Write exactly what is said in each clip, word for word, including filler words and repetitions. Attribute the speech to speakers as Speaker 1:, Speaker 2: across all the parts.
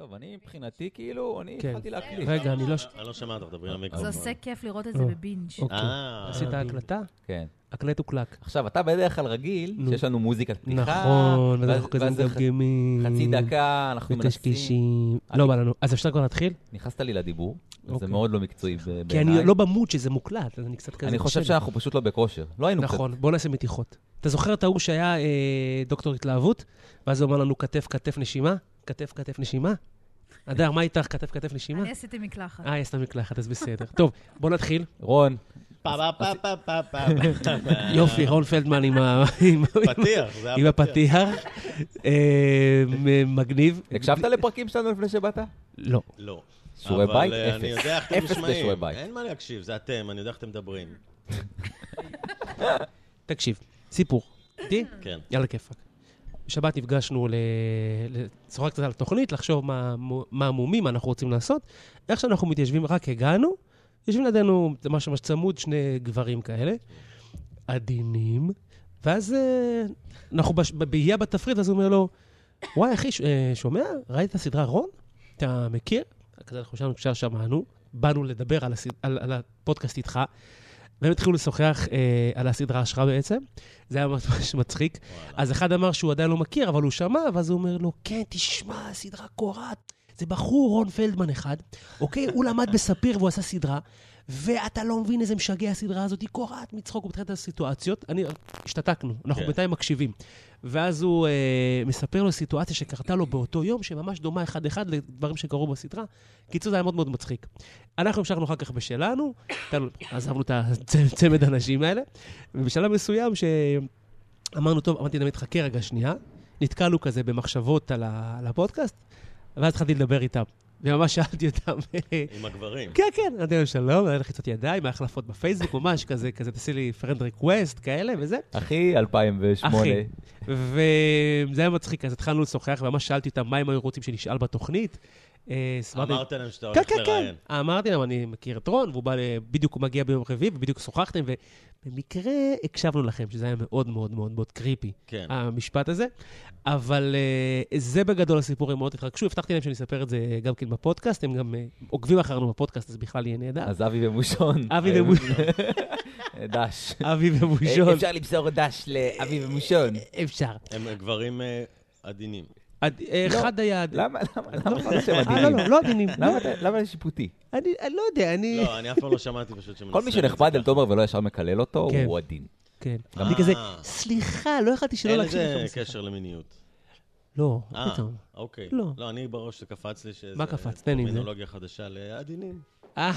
Speaker 1: טוב, אני מבחינתי כאילו, אני התחלתי להקליט.
Speaker 2: רגע, אני לא...
Speaker 3: אני לא שמע, תדברי על המיקרופון.
Speaker 4: זה עושה כיף לראות את זה בבינג'.
Speaker 3: אה.
Speaker 2: עשית הקלטה?
Speaker 1: כן.
Speaker 2: הקלט הוא קלק.
Speaker 1: עכשיו, אתה בדרך כלל רגיל, שיש לנו מוזיקת פתיחה.
Speaker 2: נכון, ואנחנו כזה מדגמים.
Speaker 1: חצי דקה, אנחנו
Speaker 2: מקשקשים. לא בא לנו. אז אפשר כבר להתחיל?
Speaker 1: נכנסת לי לדיבור, זה מאוד לא מקצועי בעיניי.
Speaker 2: כי אני לא במוד שזה מוקלט, אז אני קצת כזה...
Speaker 1: אני חושב שאנחנו פשוט לא בכושר. לא היינו קצת.
Speaker 2: נכון, בוא נעשה מתיחות. אתה זוכר את ההוא שהיה דוקטור התלהבות, ואז הוא אמר לנו כתף, כתף, נשימה? כתף, כתף, נשימה? אדר, מה איתך? כתף, כתף, נשימה?
Speaker 4: אני עשיתי מקלחת.
Speaker 2: אה, עשית מקלחת, אז בסדר. טוב, בוא נתחיל.
Speaker 1: רון.
Speaker 2: יופי, רון פלדמן עם עם הפתיח. מגניב.
Speaker 1: הקשבת לפרקים שלנו לפני שבאת?
Speaker 2: לא.
Speaker 3: לא.
Speaker 1: שיעורי בית?
Speaker 3: אבל אני יודע איך אתם
Speaker 1: אפס בשיעורי בית.
Speaker 3: אין מה להקשיב, זה אתם, אני יודע איך אתם מדברים.
Speaker 2: תקשיב, סיפור. איתי?
Speaker 3: כן.
Speaker 2: יאללה כיפק. בשבת נפגשנו לצורה קצת על התוכנית, לחשוב מה המומים, מה אנחנו רוצים לעשות. איך שאנחנו מתיישבים, רק הגענו, יושבים לידינו, זה משהו צמוד, שני גברים כאלה, עדינים, ואז אנחנו בהייה בתפריט, אז הוא אומר לו, וואי אחי, שומע? ראית את הסדרה רון? אתה מכיר? כזה אנחנו שלנו כשאר שמענו, באנו לדבר על, הסד... על, על הפודקאסט איתך, והם התחילו לשוחח אה, על הסדרה שלך בעצם. זה היה ממש מצחיק. וואלה. אז אחד אמר שהוא עדיין לא מכיר, אבל הוא שמע, ואז הוא אומר לו, כן, תשמע, סדרה קורעת. זה בחור רון פלדמן אחד, אוקיי? הוא למד בספיר והוא עשה סדרה, ואתה לא מבין איזה משגע הסדרה הזאת, היא קורעת מצחוק ובתחילת הסיטואציות. אני, השתתקנו, אנחנו בינתיים מקשיבים. ואז הוא אה, מספר לו סיטואציה שקרתה לו באותו יום, שממש דומה אחד-אחד לדברים שקרו בסדרה. קיצור, זה היה מאוד מאוד מצחיק. אנחנו המשכנו אחר כך בשלנו, עזבנו את הצמד האנשים האלה, ובשלב מסוים שאמרנו, טוב, אמרתי תמיד, חכה רגע שנייה, נתקלנו כזה במחשבות על, ה... על הפודקאסט, ואז התחלתי לדבר איתם. וממש שאלתי אותם...
Speaker 3: עם הגברים.
Speaker 2: כן, כן, אמרתי להם שלום, היה לחיצות ידיים, היה החלפות בפייסבוק, ממש כזה, כזה, תעשי לי פרנד ריקווסט, כאלה, וזה.
Speaker 1: אחי, אלפיים ושמונה.
Speaker 2: אחי. וזה היה מצחיק, אז התחלנו לשוחח, וממש שאלתי אותם מה הם היו רוצים שנשאל בתוכנית.
Speaker 3: אמרת להם שאתה הולך לראיין.
Speaker 2: אמרתי להם, אני מכיר את רון, והוא בא, בדיוק הוא מגיע ביום רביעי, ובדיוק שוחחתם, ובמקרה הקשבנו לכם, שזה היה מאוד מאוד מאוד מאוד קריפי, המשפט הזה. אבל זה בגדול הסיפור, הם מאוד התרגשו. הבטחתי להם שאני אספר את זה גם כן בפודקאסט, הם גם עוקבים אחרינו בפודקאסט, אז בכלל יהיה נהדר.
Speaker 1: אז אבי ומושון.
Speaker 2: אבי ומושון.
Speaker 1: דש.
Speaker 2: אבי ומושון.
Speaker 1: אפשר למסור דש לאבי ומושון.
Speaker 2: אפשר.
Speaker 3: הם גברים עדינים.
Speaker 2: אחד היה...
Speaker 1: למה? למה לא שם עדינים?
Speaker 2: לא, לא עדינים.
Speaker 1: למה שיפוטי?
Speaker 2: אני לא יודע, אני...
Speaker 3: לא, אני אף פעם לא שמעתי פשוט שמנסה...
Speaker 1: כל מי שנחמד אל תומר ולא ישר מקלל אותו, הוא עדין.
Speaker 2: כן. אני כזה, סליחה, לא יכלתי שלא להקשיב.
Speaker 3: אין לזה קשר למיניות.
Speaker 2: לא,
Speaker 3: אה, אוקיי. לא, אני בראש שקפץ לי שזה...
Speaker 2: מה קפץ? תן לי.
Speaker 3: טרמינולוגיה חדשה לעדינים.
Speaker 2: אה.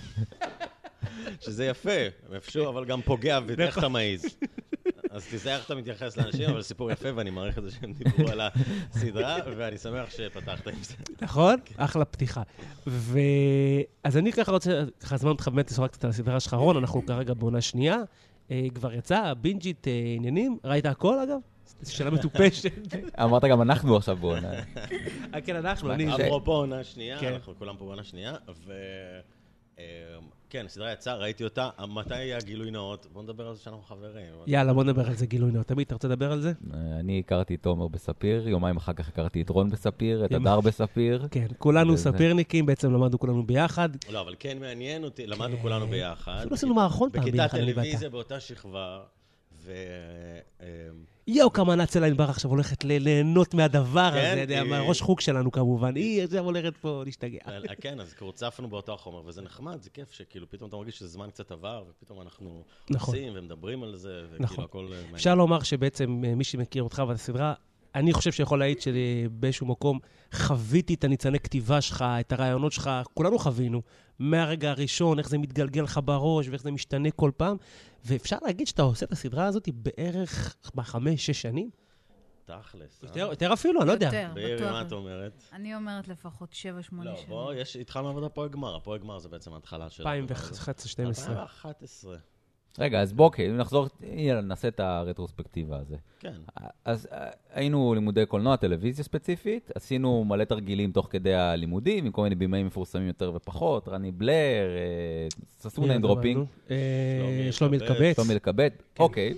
Speaker 3: שזה יפה, אפשר, אבל גם פוגע ואיך אתה מעיז. אז תזהה איך אתה מתייחס לאנשים, אבל סיפור יפה, ואני מעריך את זה שהם דיברו על הסדרה, ואני שמח שפתחת עם זה.
Speaker 2: נכון? אחלה פתיחה. אז אני ככה רוצה, ככה זמן אותך באמת לשוחח קצת על הסדרה שלך, רון, אנחנו כרגע בעונה שנייה, כבר יצא, בינג'ית עניינים, ראית הכל אגב? שאלה מטופשת.
Speaker 1: אמרת גם אנחנו עכשיו בעונה.
Speaker 2: כן, אנחנו.
Speaker 3: אפרופו עונה שנייה, אנחנו כולם פה בעונה שנייה, ו... כן, הסדרה יצאה, ראיתי אותה. מתי היה גילוי נאות? בוא נדבר על זה שאנחנו חברים.
Speaker 2: יאללה, בוא נדבר על זה גילוי נאות. תמיד, אתה רוצה לדבר על זה?
Speaker 1: אני הכרתי את תומר בספיר, יומיים אחר כך הכרתי את רון בספיר, את הדר בספיר.
Speaker 2: כן, כולנו ספירניקים, בעצם למדנו כולנו ביחד.
Speaker 3: לא, אבל כן מעניין אותי, למדנו כולנו ביחד.
Speaker 2: אפילו עשינו מערכון פעם ביחד.
Speaker 3: בכיתה טלוויזיה באותה שכבה, ו...
Speaker 2: יאו, כמה נצל עין בר עכשיו הולכת ליהנות מהדבר הזה, ראש חוג שלנו כמובן, היא עכשיו הולכת פה להשתגע.
Speaker 3: כן, אז קורצפנו באותו החומר, וזה נחמד, זה כיף שכאילו פתאום אתה מרגיש שזה זמן קצת עבר, ופתאום אנחנו עושים ומדברים על זה, וכאילו הכל...
Speaker 2: אפשר לומר שבעצם מי שמכיר אותך ואת הסדרה, אני חושב שיכול להעיד שבאיזשהו מקום חוויתי את הניצני כתיבה שלך, את הרעיונות שלך, כולנו חווינו, מהרגע הראשון, איך זה מתגלגל לך בראש, ואיך זה משתנה כל פעם, ואפשר להגיד שאתה עושה את הסדרה הזאת בערך בחמש, שש שנים?
Speaker 3: תכלס.
Speaker 2: יותר אפילו, אני לא יודע.
Speaker 4: יותר,
Speaker 3: בעיר, מה את אומרת?
Speaker 4: אני אומרת לפחות שבע, שמונה שנים.
Speaker 3: לא, בוא, התחלנו לעבוד הפועל גמר, הפועל גמר זה בעצם ההתחלה של...
Speaker 2: אלפיים ואחת עשרה שתים עשרה.
Speaker 3: אלפיים ואחת עשרה.
Speaker 1: רגע, אז בוא, אם נחזור, נעשה את הרטרוספקטיבה הזה.
Speaker 3: כן.
Speaker 1: אז היינו לימודי קולנוע, טלוויזיה ספציפית, עשינו מלא תרגילים תוך כדי הלימודים, עם כל מיני בימאים מפורסמים יותר ופחות, רני בלר, ססו ניים דרופינג.
Speaker 2: שלומי אלקבץ.
Speaker 1: שלומי אלקבץ, אוקיי.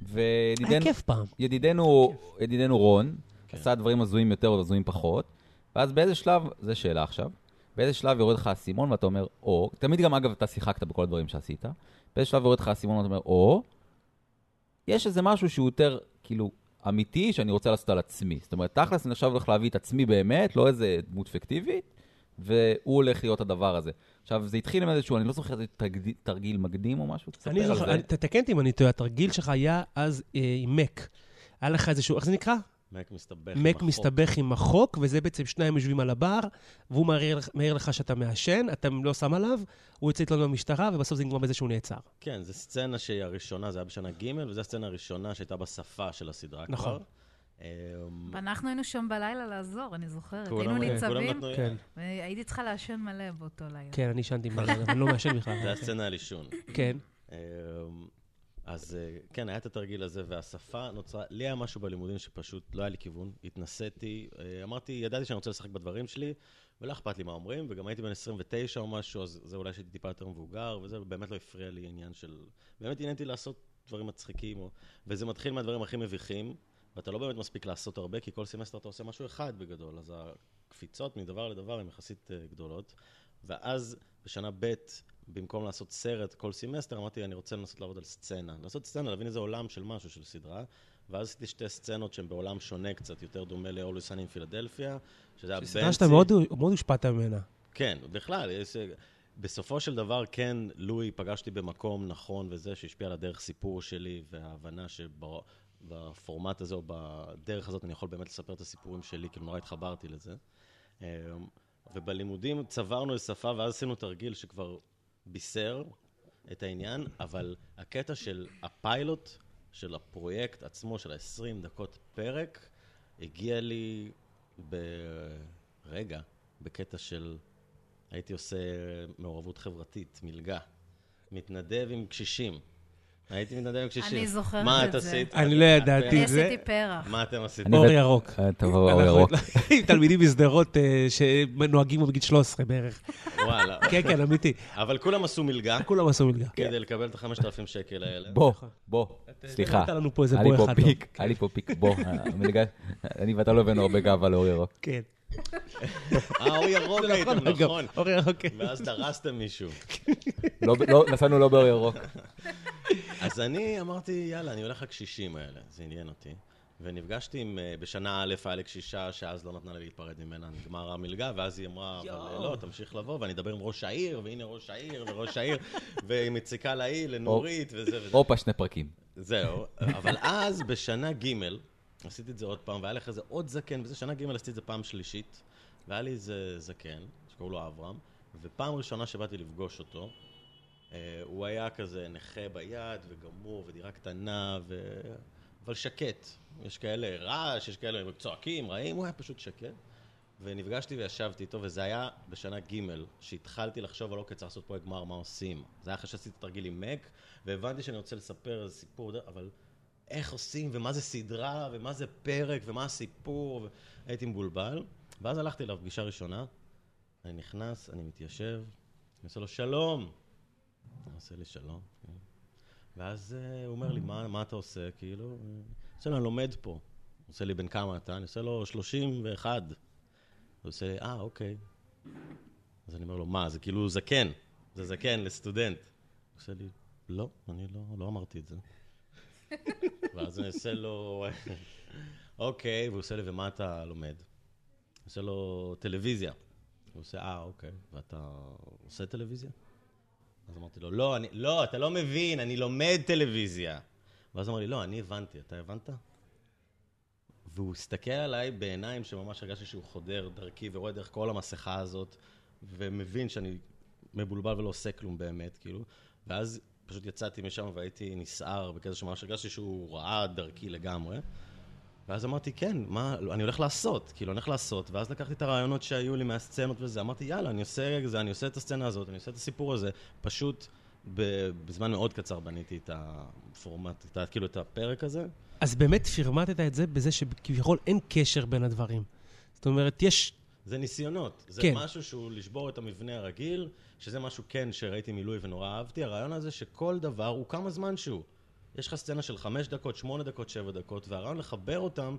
Speaker 2: היה כיף פעם.
Speaker 1: ידידנו רון, עשה דברים הזויים יותר או הזויים פחות, ואז באיזה שלב, זו שאלה עכשיו, באיזה שלב יורד לך הסימון ואתה אומר, או, תמיד גם אגב אתה שיחקת בכל הדברים שעשית, באיזה שלב יורד לך הסימון ואתה אומר, או, יש איזה משהו שהוא יותר, כאילו, אמיתי שאני רוצה לעשות על עצמי. זאת אומרת, תכלס אני עכשיו הולך להביא את עצמי באמת, לא איזה דמות פיקטיבית, והוא הולך להיות הדבר הזה. עכשיו, זה התחיל עם איזשהו, אני לא זוכר איזה תרגיל מקדים או משהו.
Speaker 2: אני זוכר, תתקן אותי אם אני טועה, התרגיל שלך היה אז עם מק. היה לך איזשהו, איך זה נקרא?
Speaker 3: מק מסתבך עם החוק.
Speaker 2: מק מסתבך עם החוק, וזה בעצם שניים יושבים על הבר, והוא מעיר לך שאתה מעשן, אתה לא שם עליו, הוא יוצא איתנו במשטרה, ובסוף זה נגמר בזה שהוא נעצר.
Speaker 3: כן, זו סצנה שהיא הראשונה, זה היה בשנה ג' וזו הסצנה הראשונה שהייתה בשפה של הסדרה.
Speaker 2: נכון.
Speaker 4: ואנחנו היינו שם בלילה לעזור, אני זוכרת. היינו ניצבים, והייתי צריכה לעשן מלא באותו לילה.
Speaker 2: כן, אני עשנתי מלא, אבל אני לא מעשן בכלל.
Speaker 3: זה הסצנה על עישון.
Speaker 2: כן.
Speaker 3: אז כן, היה את התרגיל הזה, והשפה נוצרה, לי היה משהו בלימודים שפשוט לא היה לי כיוון, התנסיתי, אמרתי, ידעתי שאני רוצה לשחק בדברים שלי, ולא אכפת לי מה אומרים, וגם הייתי בן עשרים ותשע או משהו, אז זה אולי שהייתי טיפה יותר מבוגר, וזה באמת לא הפריע לי עניין של, באמת עניינתי לעשות דברים מצחיקים, וזה מתחיל מהדברים הכי מביכים, ואתה לא באמת מספיק לעשות הרבה, כי כל סמסטר אתה עושה משהו אחד בגדול, אז הקפיצות מדבר לדבר הן יחסית גדולות, ואז בשנה ב' במקום לעשות סרט כל סמסטר, אמרתי, אני רוצה לנסות לעבוד על סצנה. לעשות סצנה, להבין איזה עולם של משהו, של סדרה. ואז עשיתי שתי סצנות שהן בעולם שונה קצת, יותר דומה ל-Always Sunny in Philadelphia, שזה היה בנצי.
Speaker 2: סדרה שאתה מאוד הושפעת ממנה.
Speaker 3: כן, בכלל. יש, בסופו של דבר, כן, לואי פגשתי במקום נכון וזה, שהשפיע על הדרך סיפור שלי, וההבנה שבפורמט הזה, או בדרך הזאת, אני יכול באמת לספר את הסיפורים שלי, כאילו נורא התחברתי לזה. ובלימודים צברנו לשפה, ואז עשינו תרגיל שכבר בישר את העניין, אבל הקטע של הפיילוט, של הפרויקט עצמו, של ה-עשרים דקות פרק, הגיע לי ברגע, בקטע של, הייתי עושה מעורבות חברתית, מלגה, מתנדב עם קשישים. הייתי מתנדב עם קשישים.
Speaker 4: אני זוכרת את זה.
Speaker 3: מה את עשית?
Speaker 2: אני לא ידעתי את זה.
Speaker 4: עשיתי פרח.
Speaker 3: מה אתם עשיתם?
Speaker 2: אור ירוק.
Speaker 1: טוב, אור ירוק.
Speaker 2: עם תלמידים בסדרות שנוהגים בגיל שלוש עשרה בערך.
Speaker 3: וואלה.
Speaker 2: כן, כן, אמיתי.
Speaker 3: אבל כולם עשו מלגה.
Speaker 2: כולם עשו מלגה.
Speaker 3: כדי לקבל את ה-חמשת אלפים שקל האלה.
Speaker 1: בוא, בוא, סליחה.
Speaker 2: הייתה לנו פה איזה בוא אחד.
Speaker 1: היה לי פה פיק, בוא. אני ואתה לא הבאנו הרבה גאווה לאור ירוק.
Speaker 2: כן.
Speaker 3: אה, אור ירוק הייתם, נכון.
Speaker 2: אור ירוק, כן.
Speaker 3: ואז דרסתם מישהו.
Speaker 1: נסענו לא באור ירוק.
Speaker 3: אז אני אמרתי, יאללה, אני הולך לקשישים האלה, זה עניין אותי. ונפגשתי עם, בשנה א' היה לקשישה, שאז לא נתנה לי להתפרד ממנה, נגמר המלגה, ואז היא אמרה, אבל לא, תמשיך לבוא, ואני אדבר עם ראש העיר, והנה ראש העיר, וראש העיר, והיא מציקה להיא, לנורית, וזה וזה.
Speaker 1: אופה, שני פרקים.
Speaker 3: זהו, אבל אז בשנה ג' עשיתי את זה עוד פעם, והיה לך איזה עוד זקן, וזה שנה ג' עשיתי את זה פעם שלישית, והיה לי איזה זקן, שקראו לו אברהם, ופעם ראשונה שבאתי לפגוש אותו, הוא היה כזה נכה ביד וגמור ודירה קטנה, ו... אבל שקט. יש כאלה רעש, יש כאלה צועקים, רעים, הוא היה פשוט שקט. ונפגשתי וישבתי איתו, וזה היה בשנה ג' שהתחלתי לחשוב על אוקיי, צריך לעשות פרויקט גמר, מה עושים. זה היה אחרי שעשיתי תרגיל עם מק, והבנתי שאני רוצה לספר איזה סיפור, אבל איך עושים, ומה זה סדרה, ומה זה פרק, ומה הסיפור, והייתי מבולבל. ואז הלכתי אליו פגישה ראשונה, אני נכנס, אני מתיישב, אני עושה לו שלום. הוא עושה לי שלום. ואז הוא אומר לי, מה, מה אתה עושה? כאילו, הוא עושה לו, אני לומד פה. הוא עושה לי, בן כמה אתה? אני עושה לו שלושים ואחת. הוא עושה לי, אה, אוקיי. אז אני אומר לו, מה, זה כאילו זקן. זה זקן לסטודנט. הוא עושה לי, לא, אני לא, לא אמרתי את זה. ואז אני עושה לו, אוקיי, והוא עושה לי, ומה אתה לומד? הוא עושה לו טלוויזיה. הוא עושה, אה, אוקיי, ואתה עושה טלוויזיה? אז אמרתי לו, לא, אני, לא, אתה לא מבין, אני לומד טלוויזיה. ואז אמר לי, לא, אני הבנתי, אתה הבנת? והוא הסתכל עליי בעיניים שממש הרגשתי שהוא חודר דרכי ורואה דרך כל המסכה הזאת, ומבין שאני מבולבל ולא עושה כלום באמת, כאילו. ואז פשוט יצאתי משם והייתי נסער בכזה שממש הרגשתי שהוא ראה דרכי לגמרי. ואז אמרתי, כן, מה, אני הולך לעשות, כאילו, אני הולך לעשות, ואז לקחתי את הרעיונות שהיו לי מהסצנות וזה, אמרתי, יאללה, אני עושה זה, אני עושה את הסצנה הזאת, אני עושה את הסיפור הזה, פשוט בזמן מאוד קצר בניתי את הפורמט, את, כאילו, את הפרק הזה.
Speaker 2: אז באמת פירמטת את זה בזה שכביכול אין קשר בין הדברים. זאת אומרת, יש...
Speaker 3: זה ניסיונות, זה
Speaker 2: כן. משהו
Speaker 3: שהוא לשבור את המבנה הרגיל, שזה משהו כן שראיתי מילוי ונורא אהבתי, הרעיון הזה שכל דבר הוא כמה זמן שהוא. יש לך סצנה של חמש דקות, שמונה דקות, שבע דקות, והרעיון לחבר אותם,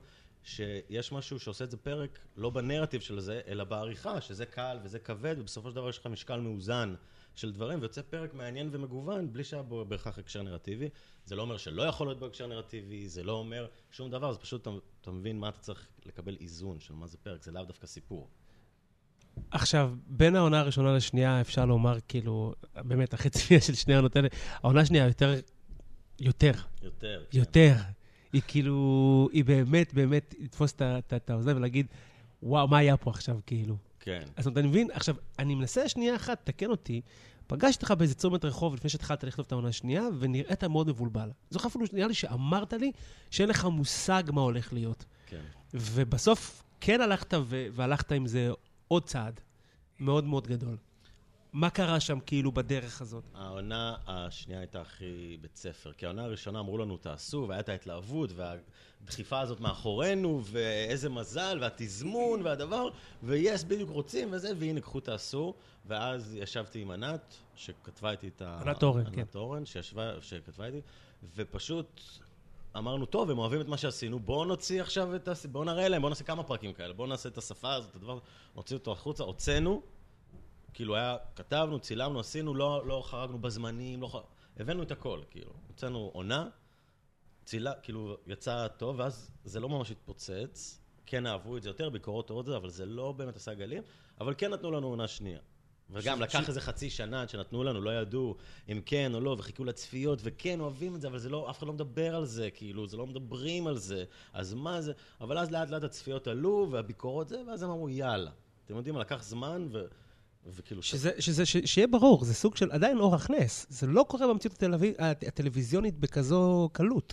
Speaker 3: שיש משהו שעושה את זה פרק, לא בנרטיב של זה, אלא בעריכה, שזה קל וזה כבד, ובסופו של דבר יש לך משקל מאוזן של דברים, ויוצא פרק מעניין ומגוון, בלי שהיה בו בהכרח הקשר נרטיבי. זה לא אומר שלא יכול להיות בו הקשר נרטיבי, זה לא אומר שום דבר, זה פשוט, אתה, אתה מבין מה אתה צריך לקבל איזון של מה זה פרק, זה לאו דווקא סיפור.
Speaker 2: עכשיו, בין העונה הראשונה לשנייה, אפשר לומר, כאילו, באמת, החצי של שני העונות האלה, העונה השנייה יותר, יותר,
Speaker 3: יותר,
Speaker 2: יותר. כן. היא כאילו, היא באמת, באמת, לתפוס את האוזן ולהגיד, וואו, מה היה פה עכשיו, כאילו?
Speaker 3: כן.
Speaker 2: אז אתה מבין? עכשיו, אני מנסה שנייה אחת, תקן אותי, פגשתי לך באיזה צומת רחוב לפני שהתחלת לכתוב את העונה השנייה, ונראית מאוד מבולבל. זוכר אפילו נראה לי שאמרת לי שאין לך מושג מה הולך להיות.
Speaker 3: כן.
Speaker 2: ובסוף כן הלכת ו- והלכת עם זה עוד צעד מאוד מאוד גדול. מה קרה שם כאילו בדרך הזאת?
Speaker 3: העונה השנייה הייתה הכי בית ספר, כי העונה הראשונה אמרו לנו תעשו, והיה את ההתלהבות, והדחיפה הזאת מאחורינו, ואיזה מזל, והתזמון, והדבר, ויס בדיוק רוצים וזה, והנה קחו תעשו, ואז ישבתי עם ענת, שכתבה איתי את ה...
Speaker 2: ענת אורן, כן.
Speaker 3: ענת אורן, שישבה, שכתבה איתי, ופשוט אמרנו, טוב, הם אוהבים את מה שעשינו, בואו נוציא עכשיו את הס... בואו נראה להם, בואו נעשה כמה פרקים כאלה, בואו נעשה את השפה הזאת, את הדבר, נוציא אותו החוצה, הוצאנו, כאילו היה, כתבנו, צילמנו, עשינו, לא, לא חרגנו בזמנים, לא חרג... הבאנו את הכל, כאילו. הוצאנו עונה, צילה, כאילו, יצא טוב, ואז זה לא ממש התפוצץ, כן אהבו את זה יותר, ביקורות טובות, אבל זה לא באמת עשה גלים, אבל כן נתנו לנו עונה שנייה. וגם ש... לקח ש... איזה חצי שנה עד שנתנו לנו, לא ידעו אם כן או לא, וחיכו לצפיות, וכן אוהבים את זה, אבל זה לא, אף אחד לא מדבר על זה, כאילו, זה לא מדברים על זה, אז מה זה? אבל אז לאט לאט הצפיות עלו, והביקורות זה, ואז הם אמרו, יאללה. אתם יודעים, לקח זמן, ו... וכאילו
Speaker 2: שזה, שזה, ש, שיהיה ברור, זה סוג של עדיין אורח נס. זה לא קורה במציאות הטלוויז... הטלוויזיונית בכזו קלות.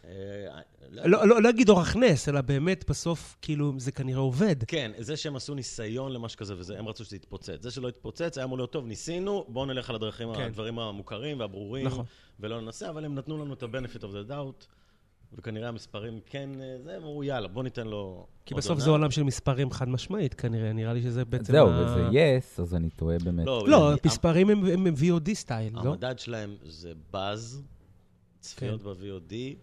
Speaker 2: לא, לא, לא אגיד אורח נס, אלא באמת בסוף, כאילו, זה כנראה עובד.
Speaker 3: כן, זה שהם עשו ניסיון למשהו כזה, וזה, הם רצו שזה יתפוצץ. זה שלא יתפוצץ, היה אמור להיות טוב, ניסינו, בואו נלך על הדרכים, כן. הדברים המוכרים והברורים, נכון. ולא ננסה, אבל הם נתנו לנו את ה-benefit of the doubt, וכנראה המספרים כן, זה, אמרו, יאללה, בוא ניתן לו...
Speaker 2: כי בסוף זה עולם של מספרים חד משמעית, כנראה, נראה לי שזה בעצם...
Speaker 1: זהו, וזה yes, אז אני טועה באמת.
Speaker 2: לא, מספרים הם וי או די סטייל, לא?
Speaker 3: המדד שלהם זה באז, צפיות ב-וי או די,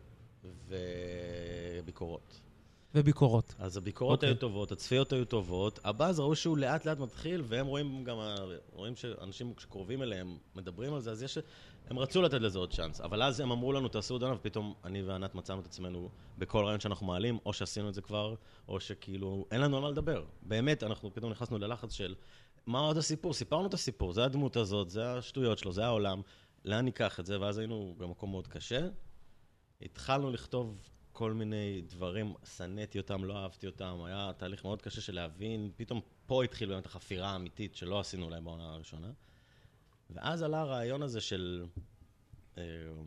Speaker 3: וביקורות.
Speaker 2: וביקורות.
Speaker 3: אז הביקורות היו טובות, הצפיות היו טובות, הבאז ראו שהוא לאט לאט מתחיל, והם רואים גם, רואים שאנשים שקרובים אליהם מדברים על זה, אז יש... הם רצו לתת לזה עוד צ'אנס, אבל אז הם אמרו לנו, תעשו עוד עונה, ופתאום אני וענת מצאנו את עצמנו בכל רעיון שאנחנו מעלים, או שעשינו את זה כבר, או שכאילו, אין לנו על מה לדבר. באמת, אנחנו פתאום נכנסנו ללחץ של, מה עוד הסיפור? סיפרנו את הסיפור, זה הדמות הזאת, זה השטויות שלו, זה העולם, לאן ניקח את זה, ואז היינו במקום מאוד קשה. התחלנו לכתוב כל מיני דברים, סניתי אותם, לא אהבתי אותם, היה תהליך מאוד קשה של להבין, פתאום פה התחיל באמת החפירה האמיתית שלא עשינו להם בעונה הראשונה. ואז עלה הרעיון הזה של אה,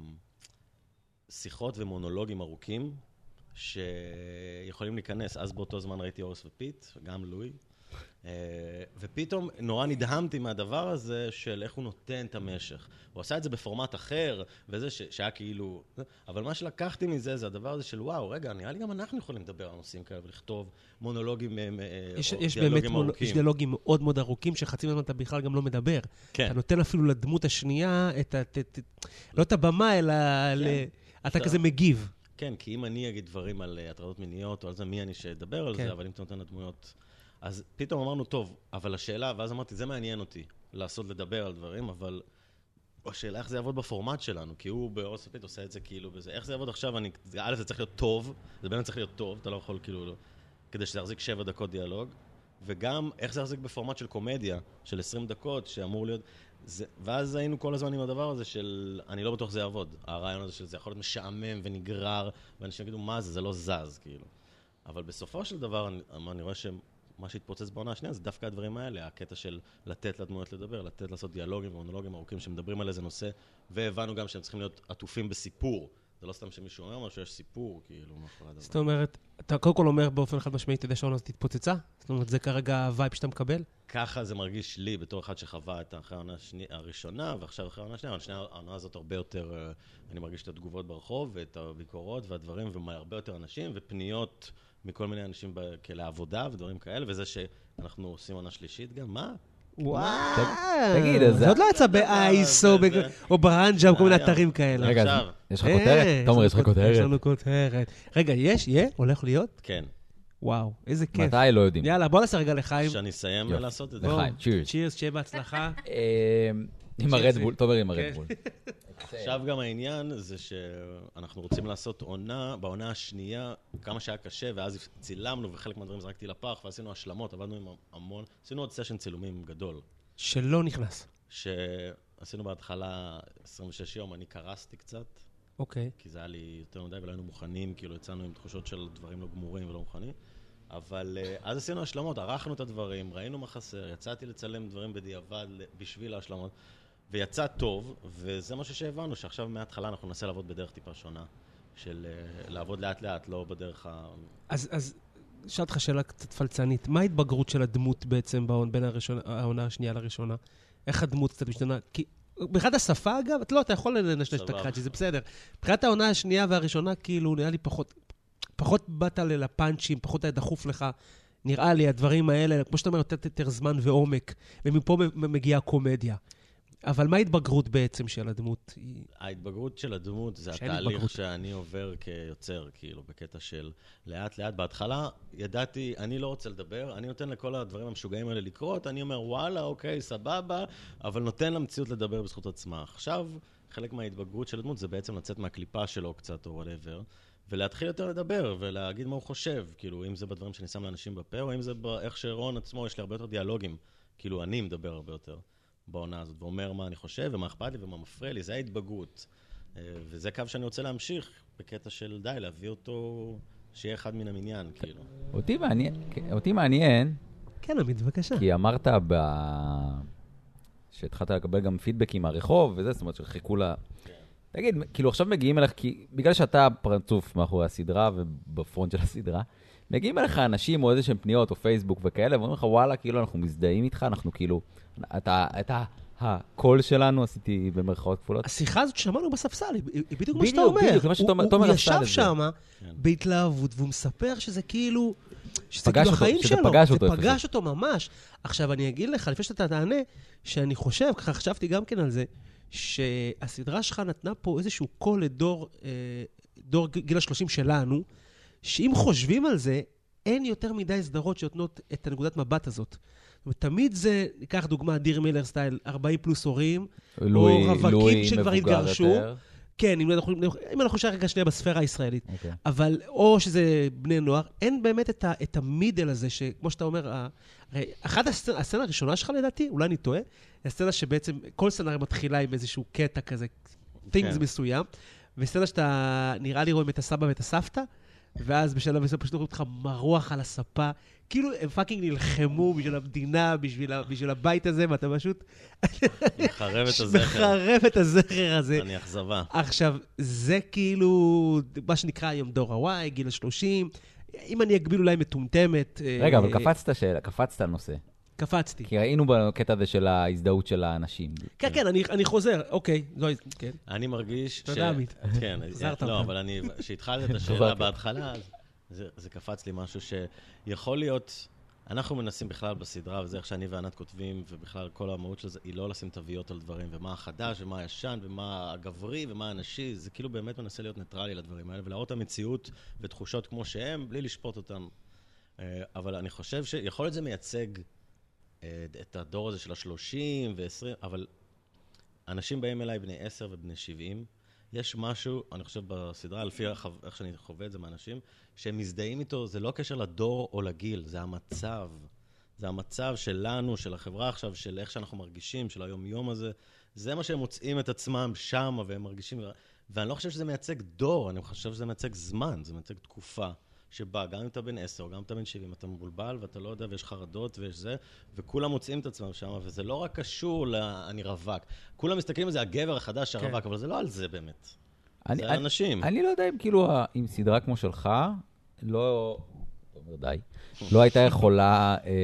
Speaker 3: שיחות ומונולוגים ארוכים שיכולים להיכנס. אז באותו זמן ראיתי אורס ופיט, גם לואי. אה, ופתאום נורא נדהמתי מהדבר הזה של איך הוא נותן את המשך. הוא עשה את זה בפורמט אחר, וזה ש- שהיה כאילו... אבל מה שלקחתי מזה זה הדבר הזה של וואו, רגע, נראה לי גם אנחנו יכולים לדבר על נושאים כאלה ולכתוב מונולוגים
Speaker 2: יש,
Speaker 3: או
Speaker 2: יש
Speaker 3: דיאלוגים
Speaker 2: באמת
Speaker 3: ארוכים.
Speaker 2: יש דיאלוגים מאוד מאוד ארוכים, שחצי מהזמן אתה בכלל גם לא מדבר.
Speaker 3: כן.
Speaker 2: אתה נותן אפילו לדמות השנייה, את, את, את, לא את הבמה, אלא כן. ל... אתה שאתה... כזה מגיב.
Speaker 3: כן, כי אם אני אגיד דברים על הטרדות מיניות או על זה, מי אני שדבר על כן. זה, אבל אם אתה נותן לדמויות... אז פתאום אמרנו, טוב, אבל השאלה, ואז אמרתי, זה מעניין אותי, לעשות לדבר על דברים, אבל השאלה איך זה יעבוד בפורמט שלנו, כי הוא באורס ופיט עושה את זה כאילו בזה, איך זה יעבוד עכשיו, אני, א', זה צריך להיות טוב, זה באמת צריך להיות טוב, אתה לא יכול כאילו, לא, כדי שזה יחזיק שבע דקות דיאלוג, וגם איך זה יחזיק בפורמט של קומדיה, של עשרים דקות, שאמור להיות, זה, ואז היינו כל הזמן עם הדבר הזה של, אני לא בטוח זה יעבוד, הרעיון הזה של זה יכול להיות משעמם ונגרר, ואנשים יגידו, מה זה, זה לא זז, כאילו. אבל בסופו של דבר, אני, אני רואה שהם, מה שהתפוצץ בעונה השנייה זה דווקא הדברים האלה, הקטע של לתת לדמויות לדבר, לתת לעשות דיאלוגים ומונולוגים ארוכים שמדברים על איזה נושא, והבנו גם שהם צריכים להיות עטופים בסיפור. זה לא סתם שמישהו אומר משהו, יש סיפור, כאילו, מאחורי הדבר.
Speaker 2: זאת אומרת, אתה קודם כל אומר באופן חד משמעי, אתה יודע שהעונה הזאת התפוצצה? זאת אומרת, זה כרגע הווייב שאתה מקבל?
Speaker 3: ככה זה מרגיש לי, בתור אחד שחווה את אחרי העונה הראשונה, ועכשיו אחרי העונה השנייה, העונה הזאת הרבה יותר, אני מרגיש את התגובות ברחוב, ואת הביקורות והדברים, והרבה יותר אנשים, ופניות מכל מיני אנשים לעבודה ודברים כאלה, וזה שאנחנו עושים עונה שלישית גם, מה?
Speaker 2: וואו!
Speaker 1: תגיד, אז
Speaker 2: זה עוד לא יצא באייס או ברנג'ה או כל מיני אתרים כאלה.
Speaker 1: רגע, יש לך כותרת? תומר, יש לך כותרת?
Speaker 2: יש לנו כותרת. רגע, יש? יהיה? הולך להיות?
Speaker 3: כן.
Speaker 2: וואו, איזה כיף.
Speaker 1: מתי לא יודעים.
Speaker 2: יאללה, בוא נעשה רגע לחיים.
Speaker 3: שאני אסיים לעשות את זה.
Speaker 1: לחיים, צ'ירס.
Speaker 2: צ'ירס, שיהיה בהצלחה.
Speaker 1: עם הרדבול, תאמר עם הרדבול.
Speaker 3: עכשיו גם העניין זה שאנחנו רוצים לעשות עונה, בעונה השנייה, כמה שהיה קשה, ואז צילמנו וחלק מהדברים זרקתי לפח, ועשינו השלמות, עבדנו עם המון, עשינו עוד סשן צילומים גדול.
Speaker 2: שלא נכנס.
Speaker 3: שעשינו בהתחלה עשרים ושש יום, אני קרסתי קצת.
Speaker 2: אוקיי.
Speaker 3: כי זה היה לי יותר מדי ולא היינו מוכנים, כאילו יצאנו עם תחושות של דברים לא גמורים ולא מוכנים. אבל אז עשינו השלמות, ערכנו את הדברים, ראינו מה חסר, יצאתי לצלם דברים בדיעבד בשביל ההשלמות. ויצא טוב, וזה משהו שהבנו, שעכשיו מההתחלה אנחנו ננסה לעבוד בדרך טיפה שונה, של לעבוד לאט לאט, לא בדרך ה...
Speaker 2: אז, אז שאלת לך שאלה קצת פלצנית, מה ההתבגרות של הדמות בעצם בין הראשונה, העונה השנייה לראשונה? איך הדמות קצת משתנה? כי מבחינת השפה אגב, אתה לא, אתה יכול לנשנש את הקראצ'י, זה בסדר. מבחינת העונה השנייה והראשונה, כאילו, נראה לי פחות, פחות באת לפאנצ'ים, פחות היה דחוף לך, נראה לי, הדברים האלה, כמו שאתה אומר, יותר, יותר זמן ועומק, ומפה מגיעה הקומדיה. אבל מה ההתבגרות בעצם של הדמות?
Speaker 3: ההתבגרות של הדמות זה התהליך שאני עובר כיוצר, כאילו, בקטע של לאט לאט. בהתחלה ידעתי, אני לא רוצה לדבר, אני נותן לכל הדברים המשוגעים האלה לקרות, אני אומר, וואלה, אוקיי, סבבה, אבל נותן למציאות לדבר בזכות עצמה. עכשיו, חלק מההתבגרות של הדמות זה בעצם לצאת מהקליפה שלו קצת, או whatever, ולהתחיל יותר לדבר, ולהגיד מה הוא חושב, כאילו, אם זה בדברים שאני שם לאנשים בפה, או אם זה באיך שרון עצמו, יש לי הרבה יותר דיאלוגים, כאילו, אני מדבר הרבה יותר. בעונה הזאת, ואומר מה אני חושב, ומה אכפת לי, ומה מפריע לי, זה ההתבגרות. וזה קו שאני רוצה להמשיך, בקטע של די, להביא אותו, שיהיה אחד מן המניין, כאילו.
Speaker 1: אותי מעניין, אותי מעניין...
Speaker 2: כן, עמית, בבקשה.
Speaker 1: כי אמרת ב... שהתחלת לקבל גם פידבקים מהרחוב, וזה, זאת אומרת, שחיכו לה... תגיד, כאילו עכשיו מגיעים אליך, כי בגלל שאתה פרצוף מאחורי הסדרה, ובפרונט של הסדרה, מגיעים אליך אנשים או איזה שהם פניות או פייסבוק וכאלה, ואומרים לך, וואלה, כאילו אנחנו מזדהים איתך, אנחנו כאילו, אתה, אתה, הקול שלנו, עשיתי במרכאות כפולות.
Speaker 2: השיחה הזאת שמענו בספסל, היא בדיוק מה שאתה אומר.
Speaker 1: בדיוק, מה שאתה אומר,
Speaker 2: הוא ישב שם בהתלהבות, והוא מספר שזה כאילו, שזה כאילו החיים שלו.
Speaker 1: שזה פגש אותו.
Speaker 2: זה פגש אותו ממש. עכשיו, אני אגיד לך, לפני שאתה תענה, שאני חושב, ככה חשבתי גם כן על זה, שהסדרה שלך נתנה פה איזשהו קול לדור, דור גיל השלושים שלנו, שאם חושבים על זה, אין יותר מדי סדרות שנותנות את הנקודת מבט הזאת. תמיד זה, ניקח דוגמה, דיר מילר סטייל, ארבעים פלוס הורים, או רווקים שכבר התגרשו. כן, אם אנחנו, אם אנחנו נשאר רגע שנייה בספירה הישראלית. Okay. אבל, או שזה בני נוער, אין באמת את, ה, את המידל הזה, שכמו שאתה אומר, הרי אחת הסצנה, הסצנה הראשונה שלך לדעתי, אולי אני טועה, הסצנה שבעצם כל סצנה מתחילה עם איזשהו קטע כזה, things מסוים, וסצנה שאתה נראה לי רואים את הסבא ואת הסבתא, ואז בשלב מסוים פשוט רואים אותך מרוח על הספה, כאילו הם פאקינג נלחמו בשביל המדינה, בשביל, בשביל הבית הזה, ואתה פשוט...
Speaker 3: מחרב את הזכר.
Speaker 2: מחרב את הזכר הזה.
Speaker 3: אני אכזבה.
Speaker 2: עכשיו, זה כאילו, מה שנקרא היום דור הוואי, גיל השלושים, אם אני אגביל אולי מטומטמת...
Speaker 1: רגע, אבל קפצת שאלה, קפצת על נושא.
Speaker 2: קפצתי.
Speaker 1: כי ראינו בקטע הזה של ההזדהות של האנשים.
Speaker 2: כן, כן, אני, אני חוזר, אוקיי. לא, כן.
Speaker 3: אני מרגיש ש...
Speaker 2: תודה, עמית.
Speaker 3: כן, לא, אבל אני, שהתחלת את השאלה בהתחלה, זה, זה קפץ לי משהו שיכול להיות, אנחנו מנסים בכלל בסדרה, וזה איך שאני וענת כותבים, ובכלל כל המהות של זה, היא לא לשים תוויות על דברים, ומה החדש, ומה הישן, ומה הגברי, ומה הנשי, זה כאילו באמת מנסה להיות ניטרלי לדברים האלה, ולהראות את המציאות ותחושות כמו שהם, בלי לשפוט אותם. אבל אני חושב שיכול להיות זה מייצג את הדור הזה של השלושים ועשרים, אבל אנשים באים אליי בני עשר ובני שבעים, יש משהו, אני חושב בסדרה, לפי איך שאני חווה את זה מאנשים, שהם מזדהים איתו, זה לא קשר לדור או לגיל, זה המצב. זה המצב שלנו, של החברה עכשיו, של איך שאנחנו מרגישים, של היום-יום הזה. זה מה שהם מוצאים את עצמם שם, והם מרגישים... ואני לא חושב שזה מייצג דור, אני חושב שזה מייצג זמן, זה מייצג תקופה. שבה, גם אם אתה בן עשר, גם אם אתה בן שבעים, אתה מבולבל ואתה לא יודע, ויש חרדות ויש זה, וכולם מוצאים את עצמם שם, וזה לא רק קשור ל"אני רווק". כולם מסתכלים על זה, הגבר החדש הרווק, כן. אבל זה לא על זה באמת.
Speaker 1: אני,
Speaker 3: זה על אנשים.
Speaker 1: אני לא יודע אם כאילו, עם סדרה כמו שלך, לא, אומר די, לא הייתה יכולה אה,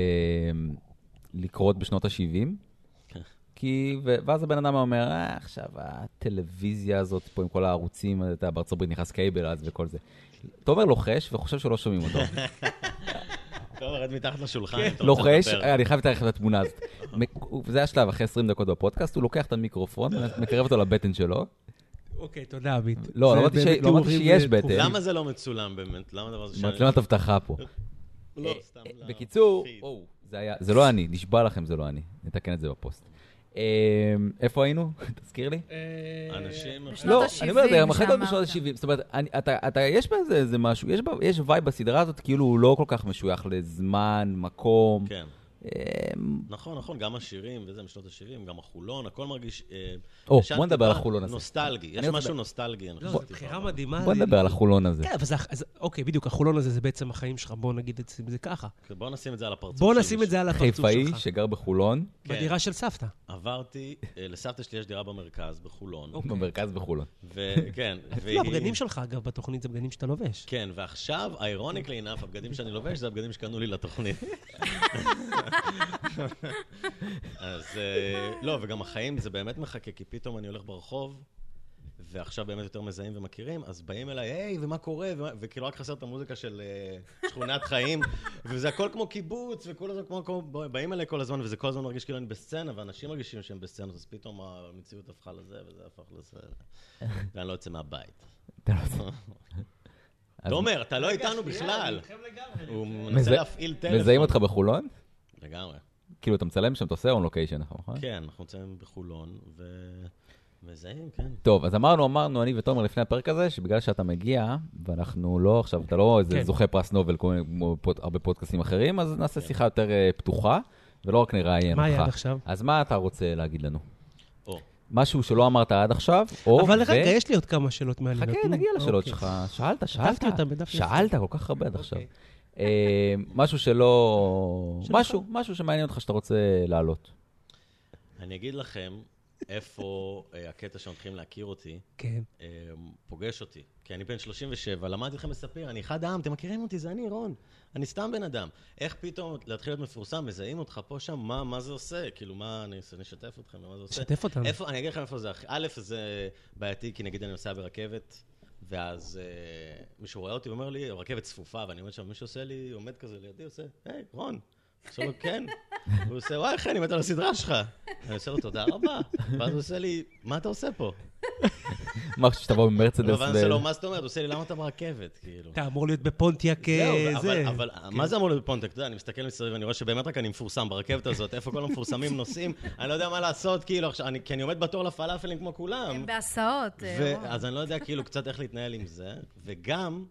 Speaker 1: לקרות בשנות ה-שבעים, כי, ואז הבן אדם אומר, אה, עכשיו, הטלוויזיה הזאת פה עם כל הערוצים, אתה בארצות הברית נכנס קייבל אז וכל זה. תומר לוחש וחושב שלא שומעים אותו.
Speaker 3: טוב, רד מתחת לשולחן.
Speaker 1: לוחש, אני חייב לתאר לך את התמונה הזאת. וזה השלב, אחרי עשרים דקות בפודקאסט, הוא לוקח את המיקרופון, מקרב אותו לבטן שלו.
Speaker 2: אוקיי, תודה, עמית.
Speaker 1: לא, לא אמרתי שיש בטן.
Speaker 3: למה זה לא מצולם באמת? למה דבר זה...
Speaker 1: מצלמת הבטחה פה.
Speaker 3: לא, סתם לא.
Speaker 1: בקיצור, זה לא אני, נשבע לכם זה לא אני. נתקן את זה בפוסט. איפה היינו? תזכיר לי.
Speaker 3: אנשים...
Speaker 1: לא, אני אומר, זה מחלקות בשנות ה-שבעים. זאת אומרת, יש בזה איזה משהו, יש וייב בסדרה הזאת, כאילו הוא לא כל כך משוייך לזמן, מקום.
Speaker 3: כן. נכון, נכון, גם השירים, וזה משנות ה-שבעים, גם החולון, הכל מרגיש...
Speaker 1: או, בוא נדבר על החולון הזה.
Speaker 3: נוסטלגי, יש משהו נוסטלגי.
Speaker 2: לא, זו בחירה מדהימה.
Speaker 1: בוא נדבר על החולון הזה.
Speaker 2: כן, אוקיי, בדיוק, החולון הזה זה בעצם החיים שלך, בוא נגיד את זה ככה.
Speaker 3: בוא נשים את זה על הפרצוף
Speaker 2: שלך. בוא נשים את זה על הפרצוף שלך.
Speaker 1: חיפאי שגר בחולון.
Speaker 2: בדירה של סבתא.
Speaker 3: עברתי, לסבתא שלי יש דירה במרכז, בחולון.
Speaker 1: במרכז בחולון.
Speaker 3: וכן.
Speaker 2: אפילו הבגדים שלך, אגב, בתוכנית זה בגדים שאתה לובש.
Speaker 3: כן, ועכשיו, אירוניקלי enough, הבגדים שאני לובש זה הבגדים שקנו לי לתוכנית. אז לא, וגם החיים זה באמת מחכה, כי פתאום אני הולך ברחוב, ועכשיו באמת יותר מזהים ומכירים, אז באים אליי, היי, ומה קורה? וכאילו רק חסר את המוזיקה של שכונת חיים, וזה הכל כמו קיבוץ, וכל הזמן כמו, באים אליי כל הזמן, וזה כל הזמן מרגיש כאילו אני בסצנה, ואנשים מרגישים שהם בסצנה, אז פתאום המציאות הפכה לזה, וזה הפך לזה, ואני לא יוצא מהבית. תומר, אתה לא איתנו בכלל. הוא מנסה להפעיל טלפון.
Speaker 1: מזהים אותך בחולון?
Speaker 3: לגמרי.
Speaker 1: כאילו, אתה מצלם שם, אתה עושה און לוקיישן, נכון?
Speaker 3: כן, אנחנו מצלמים בחולון, ומזהים, כן.
Speaker 1: טוב, אז אמרנו, אמרנו, אני ותומר לפני הפרק הזה, שבגלל שאתה מגיע, ואנחנו לא, עכשיו, אתה לא איזה זוכה פרס נובל, כמו הרבה פודקאסטים אחרים, אז נעשה שיחה יותר פתוחה, ולא רק נראיין אותך.
Speaker 2: מה היה עד עכשיו?
Speaker 1: אז מה אתה רוצה להגיד לנו? משהו שלא אמרת עד עכשיו, או...
Speaker 2: אבל רגע, יש לי עוד כמה שאלות מעניינות.
Speaker 1: חכה, נגיע לשאלות שלך. שאלת, שאלת. שאלת כל כך הרבה עד עכשיו. משהו שלא... משהו, משהו שמעניין אותך שאתה רוצה לעלות.
Speaker 3: אני אגיד לכם איפה הקטע שמתחילים להכיר אותי, פוגש אותי. כי אני בן שלושים ושבע, למדתי לכם לספר, אני אחד העם, אתם מכירים אותי, זה אני, רון. אני סתם בן אדם. איך פתאום להתחיל להיות מפורסם, מזהים אותך פה שם, מה, מה זה עושה? כאילו, מה, אני אשתף אתכם, מה זה עושה?
Speaker 2: שתף אותנו.
Speaker 3: איפה, אני אגיד לכם איפה זה, א', זה בעייתי, כי נגיד אני נוסע ברכבת, ואז אה, מישהו רואה אותי ואומר לי, רכבת צפופה, ואני עומד שם, מישהו עושה לי, עומד כזה לידי, עושה, היי, רון. עושה לו, כן. הוא עושה, וואי, אחי, אני מת על הסדרה שלך. אני עושה לו, תודה רבה. ואז הוא עושה לי, מה אתה עושה פה?
Speaker 1: משהו שתבוא במרצדס.
Speaker 3: ואני עושה לו, מה זאת אומרת? הוא עושה לי, למה אתה ברכבת? כאילו.
Speaker 2: אתה אמור להיות בפונטיאק זה.
Speaker 3: אבל מה זה אמור להיות בפונטיאק? אתה יודע, אני מסתכל מסביב, ואני רואה שבאמת רק אני מפורסם ברכבת הזאת. איפה כל המפורסמים נוסעים? אני לא יודע מה לעשות, כאילו, כי אני עומד בתור לפלאפלים כמו כולם.
Speaker 4: הם בהסעות.
Speaker 3: אז אני לא יודע, כאילו, קצת איך להתנהל עם זה. וגם,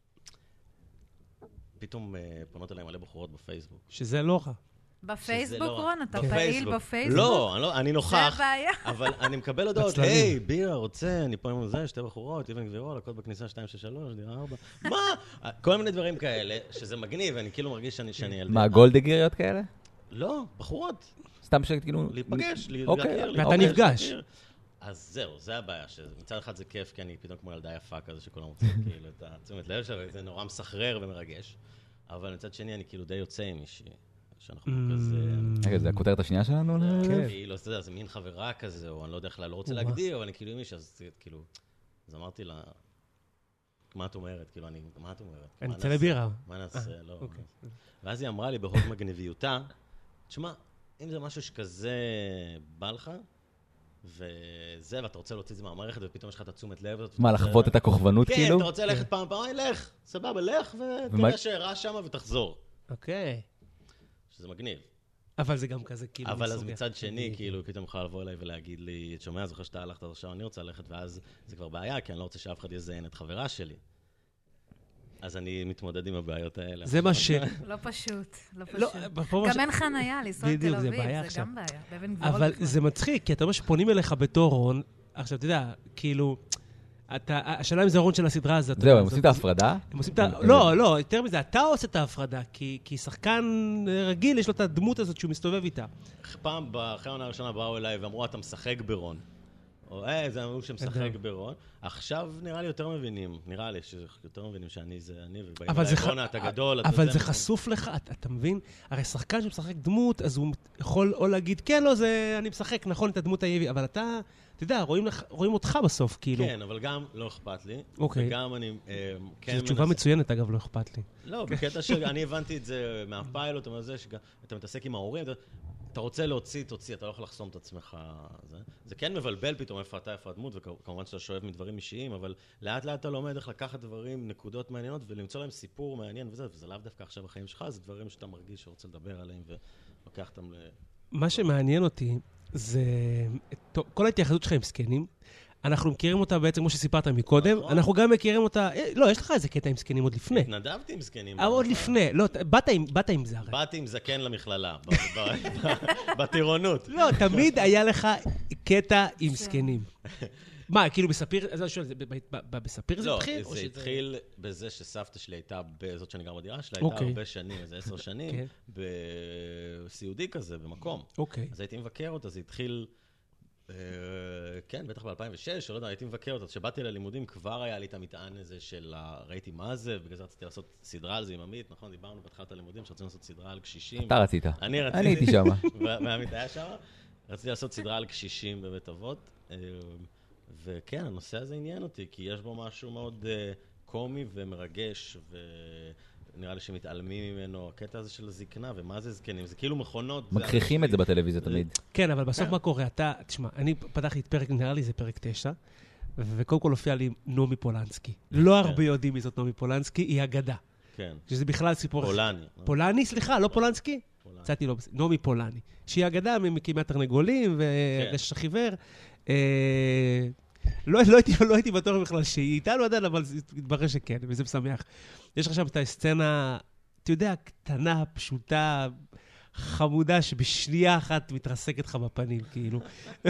Speaker 3: פתאום פונות אליי מלא בחורות בפייסבוק.
Speaker 2: שזה לא רע.
Speaker 4: בפייסבוק, רון? אתה פעיל בפייסבוק?
Speaker 3: לא, אני נוכח.
Speaker 4: זה הבעיה.
Speaker 3: אבל אני מקבל הודעות, היי, בירה, רוצה, אני פה עם זה, שתי בחורות, אבן גבירול, הכל בכניסה שתיים שש שלוש, דירה ארבע. מה? כל מיני דברים כאלה, שזה מגניב, ואני כאילו מרגיש שאני ילדה.
Speaker 1: מה, גולדגריות כאלה?
Speaker 3: לא, בחורות.
Speaker 1: סתם שכאילו...
Speaker 3: להיפגש,
Speaker 1: אוקיי.
Speaker 2: ואתה נפגש.
Speaker 3: אז זהו, זה הבעיה, שמצד אחד זה כיף, כי אני פתאום כמו ילדה יפה כזה, שכולם רוצים כאילו את התשומת לב שלה, וזה נורא מסחרר ומרגש. אבל מצד שני, אני כאילו די יוצא עם מישהי, שאנחנו כזה...
Speaker 1: רגע, זה הכותרת השנייה שלנו?
Speaker 3: כן. כאילו, אתה יודע, זה מין חברה כזה, או אני לא יודע איך, לא רוצה להגדיר, אבל אני כאילו עם מישהי, אז כאילו... אז אמרתי לה, מה את אומרת? כאילו, אני, מה את אומרת?
Speaker 2: אני אצא לבירה.
Speaker 3: מה נעשה? לא. ואז היא אמרה לי, בהוד מגניביותה, תשמע, אם זה משהו שכזה בא לך, וזה, ואתה רוצה להוציא את זה מהמערכת, ופתאום יש לך את התשומת לב.
Speaker 1: מה, לחוות את הכוכבנות כאילו?
Speaker 3: כן, אתה רוצה ללכת פעם פעם, לך, סבבה, לך, ותראה שהראה שם ותחזור.
Speaker 2: אוקיי.
Speaker 3: שזה מגניב.
Speaker 2: אבל זה גם כזה כאילו...
Speaker 3: אבל אז מצד שני, כאילו, פתאום יכולה לבוא אליי ולהגיד לי, את שומע, זוכר שאתה הלכת, עכשיו אני רוצה ללכת, ואז זה כבר בעיה, כי אני לא רוצה שאף אחד יזיין את חברה שלי. אז אני מתמודד עם הבעיות האלה.
Speaker 2: זה מה ש...
Speaker 4: לא פשוט, לא פשוט. גם אין חניה, לנסוע לתל אביב, זה גם בעיה.
Speaker 2: אבל זה מצחיק, כי אתה אומר שפונים אליך בתור רון, עכשיו, אתה יודע, כאילו, השאלה אם זה רון של הסדרה הזאת.
Speaker 1: זהו, הם עושים את ההפרדה?
Speaker 2: לא, לא, יותר מזה, אתה עושה את ההפרדה, כי שחקן רגיל, יש לו את הדמות הזאת שהוא מסתובב איתה.
Speaker 3: פעם, אחרי העונה הראשונה באו אליי ואמרו, אתה משחק ברון. או, אה, זה אמרו שמשחק ברון. עכשיו נראה לי יותר מבינים, נראה לי שיותר מבינים שאני זה אני, ובאים אליי רונה, אתה גדול.
Speaker 2: אבל זה חשוף לך, אתה מבין? הרי שחקן שמשחק דמות, אז הוא יכול או להגיד, כן, לא, זה אני משחק, נכון, את הדמות היבי, אבל אתה, אתה יודע, רואים אותך בסוף, כאילו.
Speaker 3: כן, אבל גם לא אכפת לי.
Speaker 2: אוקיי.
Speaker 3: וגם אני...
Speaker 2: זו תשובה מצוינת, אגב, לא אכפת לי.
Speaker 3: לא, בקטע שאני הבנתי את זה מהפיילוט, אתה מתעסק עם ההורים, אתה רוצה להוציא, תוציא, אתה לא יכול לחסום את עצמך. זה, זה כן מבלבל פתאום איפה אתה, איפה הדמות, וכמובן שאתה שואב מדברים אישיים, אבל לאט לאט אתה לומד איך לקחת דברים, נקודות מעניינות, ולמצוא להם סיפור מעניין וזה, וזה לאו דווקא עכשיו החיים שלך, זה דברים שאתה מרגיש שרוצה לדבר עליהם ולוקח אותם ל...
Speaker 2: מה שמעניין אותי זה כל ההתייחסות שלך עם סקנים. אנחנו מכירים אותה בעצם, כמו שסיפרת מקודם, אנחנו גם מכירים אותה, לא, יש לך איזה קטע עם סקנים עוד לפני.
Speaker 3: התנדבתי עם סקנים.
Speaker 2: עוד לפני, לא, באת עם זה הרי.
Speaker 3: באתי עם זקן למכללה, בטירונות.
Speaker 2: לא, תמיד היה לך קטע עם סקנים. מה, כאילו בספיר, אז אני שואל, בספיר זה התחיל?
Speaker 3: לא, זה התחיל בזה שסבתא שלי הייתה, בזאת שאני גר בדירה שלה, הייתה הרבה שנים, איזה עשר שנים, בסיעודי כזה, במקום. אז הייתי מבקר אותה, זה התחיל... כן, בטח ב-אלפיים ושש, לא יודע, הייתי מבקר אותה. כשבאתי ללימודים כבר היה לי את המטען הזה של ראיתי מה זה, ובגלל זה רציתי לעשות סדרה על זה עם עמית, נכון? דיברנו בתחילת הלימודים שרצינו לעשות סדרה על קשישים.
Speaker 1: אתה רצית.
Speaker 3: אני רציתי.
Speaker 1: אני הייתי שם.
Speaker 3: ועמית היה שם. רציתי לעשות סדרה על קשישים בבית אבות, וכן, הנושא הזה עניין אותי, כי יש בו משהו מאוד קומי ומרגש, ו... נראה לי שמתעלמים ממנו, הקטע הזה של הזקנה, ומה זה זקנים? זה כאילו מכונות...
Speaker 1: מכריחים את זה בטלוויזיה תמיד.
Speaker 2: כן, אבל בסוף מה קורה? אתה, תשמע, אני פתחתי את פרק, נראה לי זה פרק תשע, וקודם כל הופיע לי נעמי פולנסקי. לא הרבה יודעים מי זאת נעמי פולנסקי, היא אגדה.
Speaker 3: כן.
Speaker 2: שזה בכלל סיפור...
Speaker 3: פולני.
Speaker 2: פולני, סליחה, לא פולנסקי? צאתי לו, נעמי פולני. שהיא אגדה ממקימי התרנגולים ורשת החיוור. לא, לא הייתי, לא הייתי בטוח בכלל שהיא איתנו עדיין, אבל זה התברר שכן, וזה משמח. יש לך שם את הסצנה, אתה יודע, קטנה, פשוטה, חמודה, שבשנייה אחת מתרסקת לך בפנים, כאילו.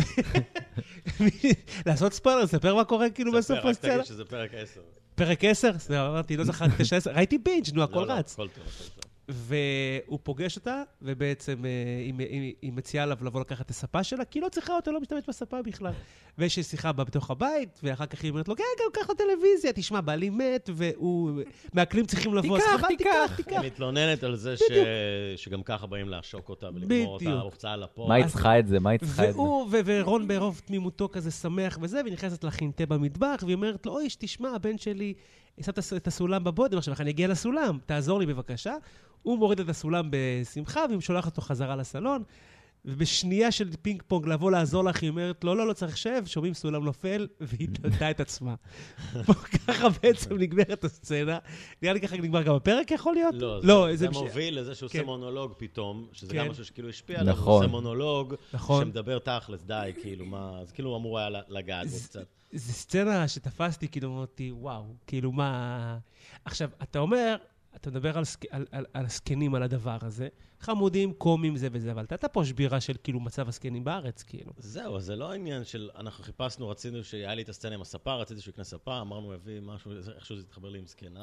Speaker 2: לעשות ספוילר, ספר מה קורה כאילו בסוף הסצנה.
Speaker 3: ספר, רק תגיד שזה פרק עשר.
Speaker 2: פרק עשר? אמרתי, לא זכרתי תשע עשר. ראיתי בינג', נו, הכל רץ.
Speaker 3: לא, לא, הכל טוב.
Speaker 2: והוא פוגש אותה, ובעצם היא, היא, היא מציעה עליו לבוא לקחת את הספה שלה, כי היא לא צריכה אותה, לא משתמש בספה בכלל. ויש שיחה בה בתוך הבית, ואחר כך היא אומרת לו, כן, גם קח לו טלוויזיה, תשמע, בעלי מת, והוא... מעקלים צריכים לבוא,
Speaker 1: תיקח, תיקח,
Speaker 3: תיקח. היא מתלוננת על זה ש... שגם ככה באים לעשוק אותה, ולגמור אותה הופצעה לפועל.
Speaker 1: מה היא צריכה את זה? מה היא צריכה את זה?
Speaker 2: והוא ורון ברוב תמימותו כזה שמח וזה, ונכנסת לחינטה במטבח, והיא אומרת לו, אוי, תשמע, הבן שלי שם את הסולם בבודם, עכשיו אני אגיע לסולם, תעזור לי בבקשה. הוא מוריד את הסולם בשמחה, והיא שולחת אותו חזרה לסלון, ובשנייה של פינג פונג לבוא לעזור לך, היא אומרת, לא, לא, לא צריך שב, שומעים סולם נופל, והיא תלתה את עצמה. ככה בעצם נגמרת הסצנה. נראה לי ככה נגמר גם הפרק, יכול להיות?
Speaker 3: לא, לא זה, זה מוביל לזה שהוא עושה מונולוג פתאום, שזה גם משהו שכאילו השפיע עליו, הוא עושה מונולוג, שמדבר תכלס, די, כאילו, מה, אז כאילו אמור היה לגעת בו קצת.
Speaker 2: זו סצנה שתפסתי, כאילו, אמרתי, וואו, כאילו, מה... עכשיו, אתה אומר... אתה מדבר על, על, על, על הסקנים, על הדבר הזה. חמודים, קומים, זה וזה, אבל אתה פה שבירה של כאילו מצב הסקנים בארץ, כאילו.
Speaker 3: זהו, זה לא העניין של, אנחנו חיפשנו, רצינו שהיה לי את הסצנה עם הספה, רציתי שהוא יקנה ספה, אמרנו, הביא משהו, איכשהו זה התחבר לי עם סקנה.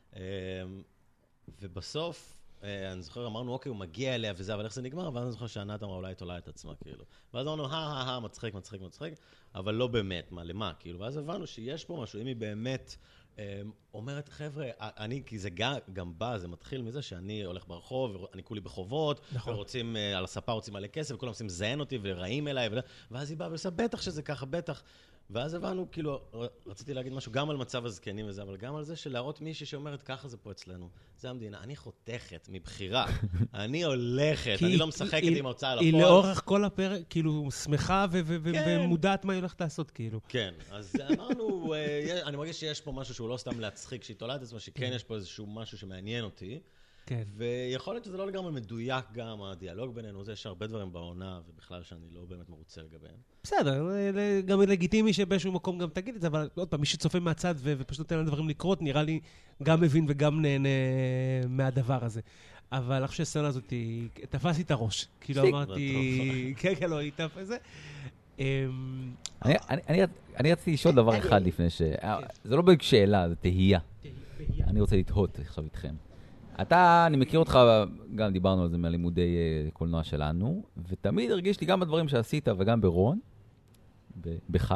Speaker 3: ובסוף, אני זוכר, אמרנו, אוקיי, הוא מגיע אליה וזה, אבל איך זה נגמר? ואז אני זוכר שענת אמרה, אולי תולה את עצמה, כאילו. ואז אמרנו, הא, הא, הא, מצחיק, מצחיק, מצחיק, אבל לא באמת, מה, למה, כאילו. ואז הבנו שיש פה משהו, אם היא באמת... אומרת, חבר'ה, אני, כי זה גם בא, זה מתחיל מזה שאני הולך ברחוב, אני כולי בחובות, ורוצים, על הספה רוצים מלא כסף, וכולם עושים זיין אותי ורעים אליי, ואז היא באה ועושה, בטח שזה ככה, בטח. ואז הבנו, כאילו, רציתי להגיד משהו גם על מצב הזקנים וזה, אבל גם על זה של להראות מישהי שאומרת, ככה זה פה אצלנו. זה המדינה, אני חותכת מבחירה, אני הולכת, אני לא משחקת עם ההוצאה לפועל.
Speaker 2: היא לאורך כל הפרק, כאילו, שמחה ומודעת מה היא הולכת לעשות, כאילו.
Speaker 3: כן, אז אמרנו, אני מרגיש שיש פה משהו שהוא לא סתם להצחיק, שהיא תולדת עצמה, שכן יש פה איזשהו משהו שמעניין אותי. כן. ויכול להיות שזה לא לגמרי מדויק גם, הדיאלוג בינינו, זה יש הרבה דברים בעונה, ובכלל שאני לא באמת מרוצה לגביהם.
Speaker 2: בסדר, גם לגיטימי שבאיזשהו מקום גם תגיד את זה, אבל עוד פעם, מי שצופה מהצד ופשוט נותן לדברים לקרות, נראה לי גם מבין וגם נהנה מהדבר הזה. אבל אני חושב שהסצנה הזאת, תפסתי את הראש. כאילו אמרתי, כן, כן, לא, היא תפס את זה.
Speaker 1: אני רציתי לשאול דבר אחד לפני ש... זה לא בדיוק שאלה, זה תהייה. אני רוצה לתהות עכשיו איתכם. אתה, אני מכיר אותך, גם דיברנו על זה מהלימודי קולנוע שלנו, ותמיד הרגיש לי גם בדברים שעשית וגם ברון, בך,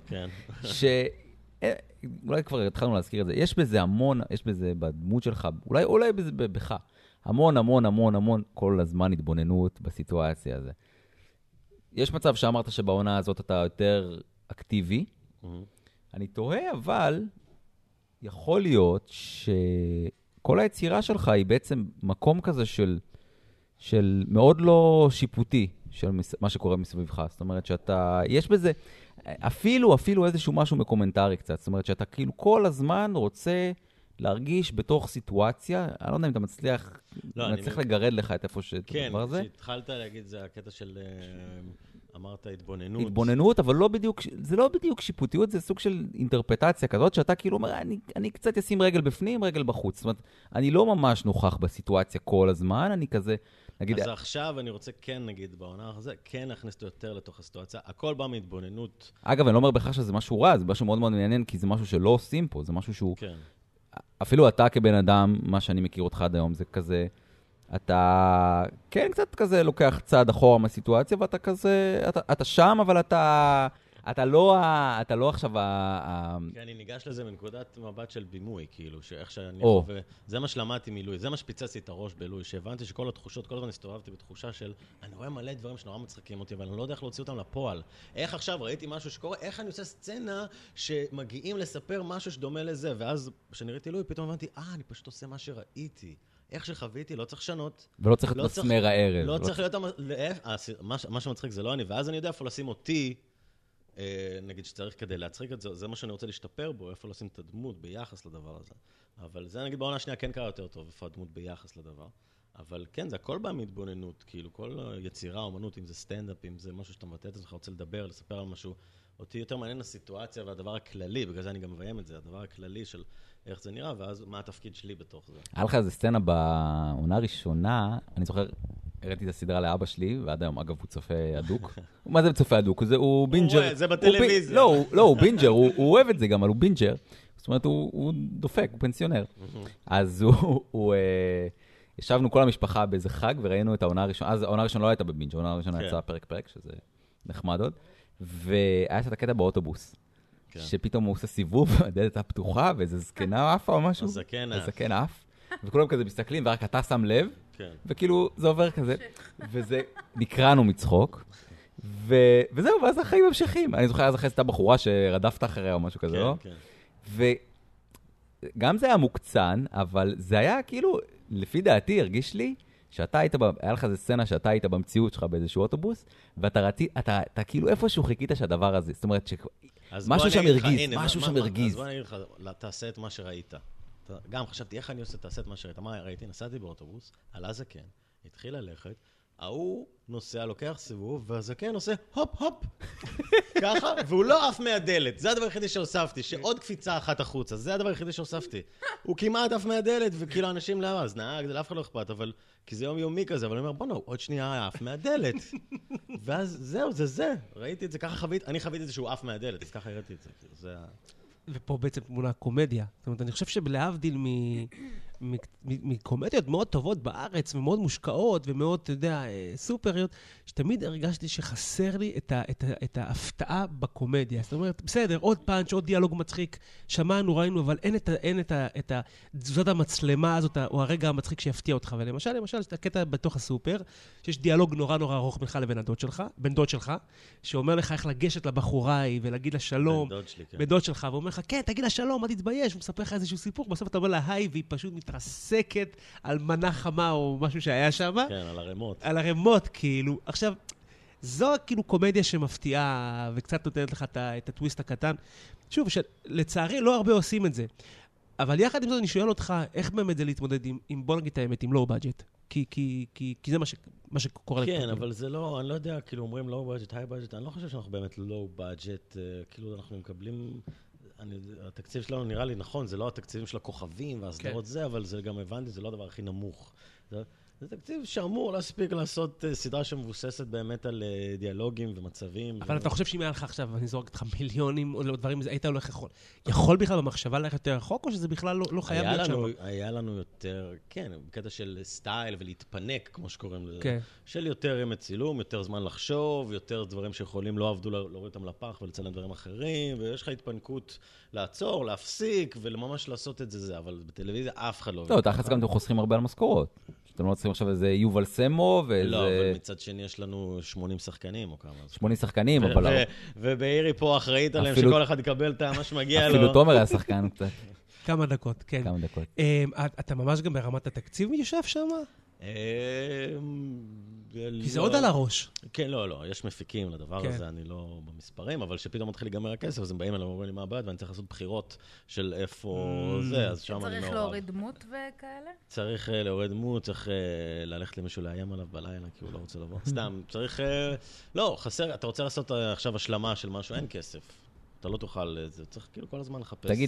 Speaker 1: שאולי כבר התחלנו להזכיר את זה, יש בזה המון, יש בזה בדמות שלך, אולי, אולי בזה בך, המון המון המון המון כל הזמן התבוננות בסיטואציה הזה. יש מצב שאמרת שבעונה הזאת אתה יותר אקטיבי, אני תוהה, אבל יכול להיות ש... כל היצירה שלך היא בעצם מקום כזה של, של מאוד לא שיפוטי של מה שקורה מסביבך. זאת אומרת שאתה, יש בזה אפילו, אפילו איזשהו משהו מקומנטרי קצת. זאת אומרת שאתה כאילו כל הזמן רוצה להרגיש בתוך סיטואציה, אני לא יודע אם אתה מצליח, לא, אני מצליח אני... לגרד לך את איפה שאת
Speaker 3: כן,
Speaker 1: הדבר הזה.
Speaker 3: כן, כשהתחלת להגיד, זה הקטע של, אמרת, התבוננות.
Speaker 1: התבוננות, אבל לא בדיוק, זה לא בדיוק שיפוטיות, זה סוג של אינטרפטציה כזאת, שאתה כאילו אומר, אני, אני קצת אשים רגל בפנים, רגל בחוץ. זאת אומרת, אני לא ממש נוכח בסיטואציה כל הזמן, אני כזה, נגיד...
Speaker 3: אז עכשיו אני רוצה כן, נגיד, בעונה הזה, כן להכניס אותו יותר לתוך הסיטואציה. הכל בא מהתבוננות.
Speaker 1: אגב, אני לא אומר בכלל שזה משהו רע, זה משהו מאוד מאוד מעניין, כי זה משהו שלא עושים פה, זה משהו שהוא...
Speaker 3: כן.
Speaker 1: אפילו אתה כבן אדם, מה שאני מכיר אותך עד היום, זה כזה, אתה כן קצת כזה לוקח צעד אחורה מהסיטואציה, ואתה כזה, אתה, אתה שם, אבל אתה, אתה לא, אתה לא עכשיו ה...
Speaker 3: כן, אני ניגש לזה מנקודת מבט של בימוי, כאילו, שאיך שאני חווה, זה מה שלמדתי מלואי, זה מה שפיצצתי את הראש בלואי, שהבנתי שכל התחושות, כל הזמן הסתובבתי בתחושה של, אני רואה מלא דברים שנורא מצחיקים אותי, אבל אני לא יודע איך להוציא אותם לפועל. איך עכשיו ראיתי משהו שקורה, איך אני עושה סצנה שמגיעים לספר משהו שדומה לזה, ואז כשאני ראיתי לואי, פתאום הבנתי, אה, אני פשוט עושה מה שראיתי. איך שחוויתי, לא צריך לשנות.
Speaker 1: ולא צריך להיות מסמר הערב.
Speaker 3: לא צריך להיות, מה שמצחיק זה לא אני, ואז אני יודע איפה לשים אותי, נגיד שצריך כדי להצחיק את זה, זה מה שאני רוצה להשתפר בו, איפה לשים את הדמות ביחס לדבר הזה. אבל זה נגיד בעונה השנייה כן קרה יותר טוב, איפה הדמות ביחס לדבר. אבל כן, זה הכל בא מהתבוננות, כאילו כל יצירה, אומנות, אם זה סטנדאפ, אם זה משהו שאתה מבטא את עצמך, רוצה לדבר, לספר על משהו, אותי יותר מעניין הסיטואציה והדבר הכללי, בגלל זה אני גם מביים את זה, הדבר הכללי של איך זה נראה, ואז מה התפקיד שלי בתוך זה.
Speaker 1: היה לך איזו סצנה בעונה הראשונה, אני זוכר, הראיתי את הסדרה לאבא שלי, ועד היום, אגב, הוא צופה אדוק. מה זה צופה אדוק? הוא בינג'ר.
Speaker 3: זה בטלוויזיה.
Speaker 1: לא, הוא בינג'ר, הוא אוהב את זה גם, אבל הוא בינג'ר. זאת אומרת, הוא דופק, הוא פנסיונר. אז הוא... ישבנו כל המשפחה באיזה חג, וראינו את העונה הראשונה, אז העונה הראשונה לא הייתה בבינג'ר, העונה הראשונה יצאה פרק פרק, שזה נחמד עוד. והיה את הקטע באוטובוס. שפתאום הוא עושה סיבוב, הדלת הייתה פתוחה, ואיזה זקנה עפה או משהו.
Speaker 3: הזקן אף.
Speaker 1: הזקן אף. וכולם כזה מסתכלים, ורק אתה שם לב, וכאילו זה עובר כזה, וזה נקרענו מצחוק, וזהו, ואז החיים ממשיכים. אני זוכר, אז אחרי זה הייתה בחורה שרדפת אחריה או משהו כזה, לא? וגם זה היה מוקצן, אבל זה היה כאילו, לפי דעתי, הרגיש לי, שאתה היית, היה לך איזו סצנה שאתה היית במציאות שלך באיזשהו אוטובוס, ואתה רצית, אתה, אתה כאילו איפשהו חיכית שהדבר הזה, זאת אומרת, משהו שם הרגיז, משהו שם הרגיז.
Speaker 3: אז בוא אני אגיד לך, תעשה את מה שראית. גם חשבתי, איך אני עושה, תעשה את מה שראית. מה ראיתי? נסעתי באוטובוס, עלה זקן, התחיל ללכת, ההוא נוסע, לוקח סיבוב, והזקן עושה הופ הופ, ככה, והוא לא עף מהדלת. זה הדבר היחידי שהוספתי, שעוד קפיצה אחת החוצה, זה הדבר היחידי שהוספתי. הוא כמעט עף מהדלת, וכאילו אנשים למה, אז נהג, זה לאף אחד לא אכפת, אבל, כי זה יום יומי כזה, אבל אני אומר, בוא נו, עוד שנייה עף מהדלת. ואז זהו, זה זה, ראיתי את זה, ככה חוויתי, אני חוויתי את זה שהוא עף מהדלת, אז ככה הראיתי את זה, כאילו, זה ה...
Speaker 2: ופה בעצם תמונה קומדיה. זאת אומרת, אני חושב שלהבדיל מקומדיות מאוד טובות בארץ, ומאוד מושקעות, ומאוד, אתה יודע, סופריות, שתמיד הרגשתי שחסר לי את, ה, את, ה, את ההפתעה בקומדיה. זאת אומרת, בסדר, עוד פאנץ', עוד דיאלוג מצחיק, שמענו, ראינו, אבל אין את, אין את, ה, את ה, זאת המצלמה הזאת, או הרגע המצחיק שיפתיע אותך. ולמשל, למשל, יש את הקטע בתוך הסופר, שיש דיאלוג נורא נורא ארוך בינך לבין הדוד שלך, בן דוד שלך, שאומר לך איך לגשת לבחורה ההיא ולהגיד לה שלום.
Speaker 3: בן דוד שלי, כן.
Speaker 2: בן דוד שלך, ואומר לך, כן, תגיד לה שלום, מה תתבייש? הוא מספר לך איזשהו סיפור, בסוף אתה אומר לה היי, והיא פשוט מתרסקת על מנה חמה או משהו שהיה שם.
Speaker 3: כן, על הרמות.
Speaker 2: על הרמות, כאילו. עכשיו, זו כאילו קומדיה שמפתיעה וקצת נותנת לך את הטוויסט הקטן. שוב, לצערי לא הרבה עושים את זה. אבל יחד עם זאת אני שואל אותך, איך באמת זה להתמודד עם, עם בוא נגיד את האמת, עם לואו בדג'ט? כי, כי, כי, כי זה מה, ש, מה שקורה.
Speaker 3: כן, אבל זה לא, אני לא יודע, כאילו אומרים לואו בדג'ט, היי בדג'ט, אני לא חושב שאנחנו באמת לואו בדג'ט, כאילו אנחנו מקבלים... אני, התקציב שלנו נראה לי נכון, זה לא התקציבים של הכוכבים והסדרות זה, אבל זה גם הבנתי, זה לא הדבר הכי נמוך. זה, זה תקציב שאמור להספיק לעשות סדרה שמבוססת באמת על דיאלוגים ומצבים.
Speaker 2: אבל אתה חושב שאם היה לך עכשיו, אני זורק אותך מיליונים או דברים, היית הולך יכול. יכול בכלל במחשבה ללכת יותר רחוק, או שזה בכלל לא חייב להיות שם?
Speaker 3: היה לנו יותר, כן, בקטע של סטייל ולהתפנק, כמו שקוראים לזה. של יותר ימי צילום, יותר זמן לחשוב, יותר דברים שיכולים לא עבדו להוריד אותם לפח ולצלם דברים אחרים, ויש לך התפנקות לעצור, להפסיק ולממש לעשות את זה, אבל בטלוויזיה אף אחד לא...
Speaker 1: לא, תחת גם אתם חוסכים הרבה על משכורות. אתם לא צריכים עכשיו איזה יובל סמו ואיזה...
Speaker 3: לא, אבל מצד שני יש לנו שמונים שחקנים או כמה.
Speaker 1: שמונים שחקנים, אבל...
Speaker 3: ובאירי פה אחראית עליהם שכל אחד יקבל את מה שמגיע לו.
Speaker 1: אפילו תומר היה שחקן קצת.
Speaker 2: כמה דקות, כן.
Speaker 1: כמה דקות.
Speaker 2: אתה ממש גם ברמת התקציב יושב שם? כי זה עוד על הראש.
Speaker 3: כן, לא, לא, יש מפיקים לדבר הזה, אני לא במספרים, אבל שפתאום מתחיל להיגמר הכסף, אז הם באים אליהם ואומרים לי מה הבעד, ואני צריך לעשות בחירות של איפה זה, אז שם אני מעורב.
Speaker 4: צריך להוריד דמות וכאלה?
Speaker 3: צריך להוריד דמות, צריך ללכת למישהו לאיים עליו בלילה, כי הוא לא רוצה לבוא. סתם, צריך... לא, חסר, אתה רוצה לעשות עכשיו השלמה של משהו, אין כסף. אתה לא תוכל, זה צריך כאילו כל הזמן לחפש.
Speaker 1: תגיד,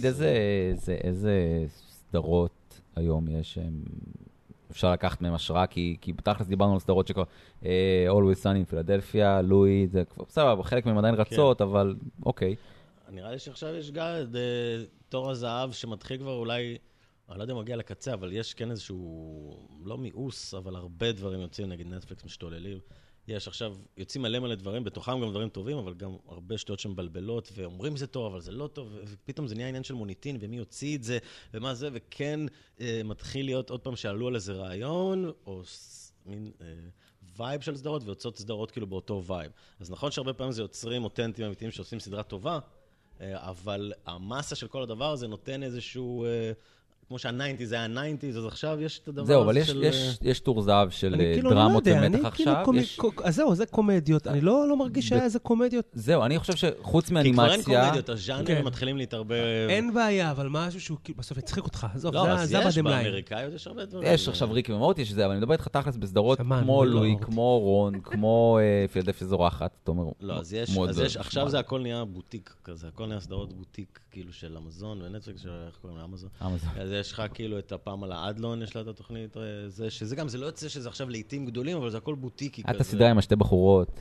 Speaker 1: איזה סדרות היום יש אפשר לקחת מהם השראה, כי, כי בתכלס דיברנו על סדרות שכבר, uh, Always Sunny in Philadelphia, לואי, זה כבר, בסדר, חלק מהם עדיין רצות, כן. אבל אוקיי.
Speaker 3: נראה לי שעכשיו יש גד, uh, תור הזהב שמתחיל כבר אולי, אני לא יודע אם מגיע לקצה, אבל יש כן איזשהו, לא מיאוס, אבל הרבה דברים יוצאים, נגיד נטפליקס משתוללים. יש עכשיו, יוצאים מלא מלא דברים, בתוכם גם דברים טובים, אבל גם הרבה שטויות שמבלבלות, ואומרים זה טוב, אבל זה לא טוב, ופתאום זה נהיה עניין של מוניטין, ומי יוציא את זה, ומה זה, וכן אה, מתחיל להיות עוד פעם שעלו על איזה רעיון, או מין אה, וייב של סדרות, ויוצאות סדרות כאילו באותו וייב. אז נכון שהרבה פעמים זה יוצרים אותנטיים אמיתיים שעושים סדרה טובה, אה, אבל המסה של כל הדבר הזה נותן איזשהו... אה, כמו שה-תשעים זה היה ה-תשעים, אז עכשיו יש את הדבר הזה של...
Speaker 1: זהו, אבל יש טור זהב של דרמות ומתח עכשיו.
Speaker 2: אז זהו, זה קומדיות. אני לא מרגיש שהיה איזה קומדיות.
Speaker 1: זהו, אני חושב שחוץ מאנימציה...
Speaker 3: כי כבר אין קומדיות, הז'אנרים מתחילים להתערבב...
Speaker 2: אין בעיה, אבל משהו שהוא בסוף יצחיק אותך. עזוב, זה בדמליין.
Speaker 3: לא, אז יש באמריקאיות, יש הרבה דברים.
Speaker 1: יש עכשיו ריק ומורטי, יש זה, אבל אני מדבר איתך תכלס בסדרות כמו לואי, כמו רון, כמו פילדלפיה זורחת.
Speaker 3: לא, אז יש, עכשיו זה הכל נהיה בוטיק כזה, הכל נהיה סדרות בוטיק, כאילו של אמזון ונטפליקס, איך קוראים לאמזון. אז יש לך כאילו את הפעם על האדלון, יש לה את התוכנית, זה, שזה גם, זה לא יוצא שזה עכשיו לעיתים גדולים, אבל זה הכל בוטיקי כזה.
Speaker 1: את הסדרה עם השתי בחורות.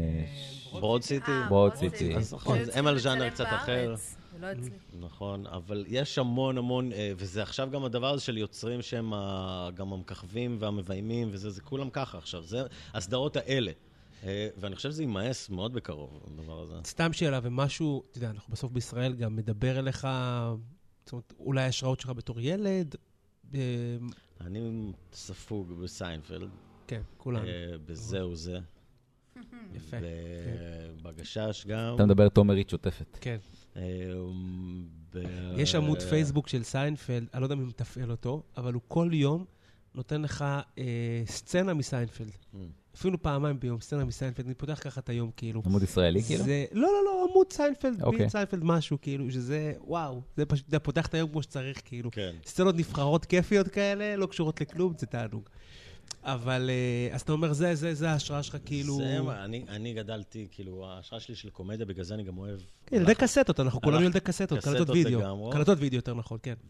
Speaker 3: ברוד סיטי.
Speaker 1: ברוד סיטי.
Speaker 3: אז נכון, הם על ז'אנר קצת אחר. נכון, אבל יש המון המון, וזה עכשיו גם הדבר הזה של יוצרים שהם גם המככבים והמביימים, וזה, זה כולם ככה עכשיו. זה הסדרות האלה. ואני חושב שזה יימאס מאוד בקרוב, הדבר הזה.
Speaker 2: סתם שאלה, ומשהו, אתה יודע, אנחנו בסוף בישראל גם מדבר אליך... זאת אומרת, אולי השראות שלך בתור ילד?
Speaker 3: אני ספוג בסיינפלד.
Speaker 2: כן, כולנו.
Speaker 3: בזהו זה.
Speaker 2: יפה.
Speaker 3: בגשש גם.
Speaker 1: אתה מדבר תומרית שוטפת.
Speaker 2: כן. יש עמוד פייסבוק של סיינפלד, אני לא יודע אם תפעל אותו, אבל הוא כל יום נותן לך סצנה מסיינפלד. אפילו פעמיים ביום, סצנה מסיינפלד, אני פותח ככה את היום, כאילו.
Speaker 1: עמוד ישראלי, כאילו?
Speaker 2: לא, לא, לא, עמוד סיינפלד, בי סיינפלד משהו, כאילו, שזה, וואו, זה פשוט, אתה פותח את היום כמו שצריך, כאילו. סצנות נבחרות כיפיות כאלה, לא קשורות לכלום, זה תענוג. אבל, אז אתה אומר, זה, זה, זה ההשראה שלך, כאילו...
Speaker 3: זה, אני גדלתי, כאילו, ההשראה שלי של קומדיה, בגלל זה אני גם אוהב...
Speaker 2: כן, ילדי קסטות, אנחנו כולנו ילדי קסטות, קלטות וידאו. קלטות וידאו יותר נכון, כן.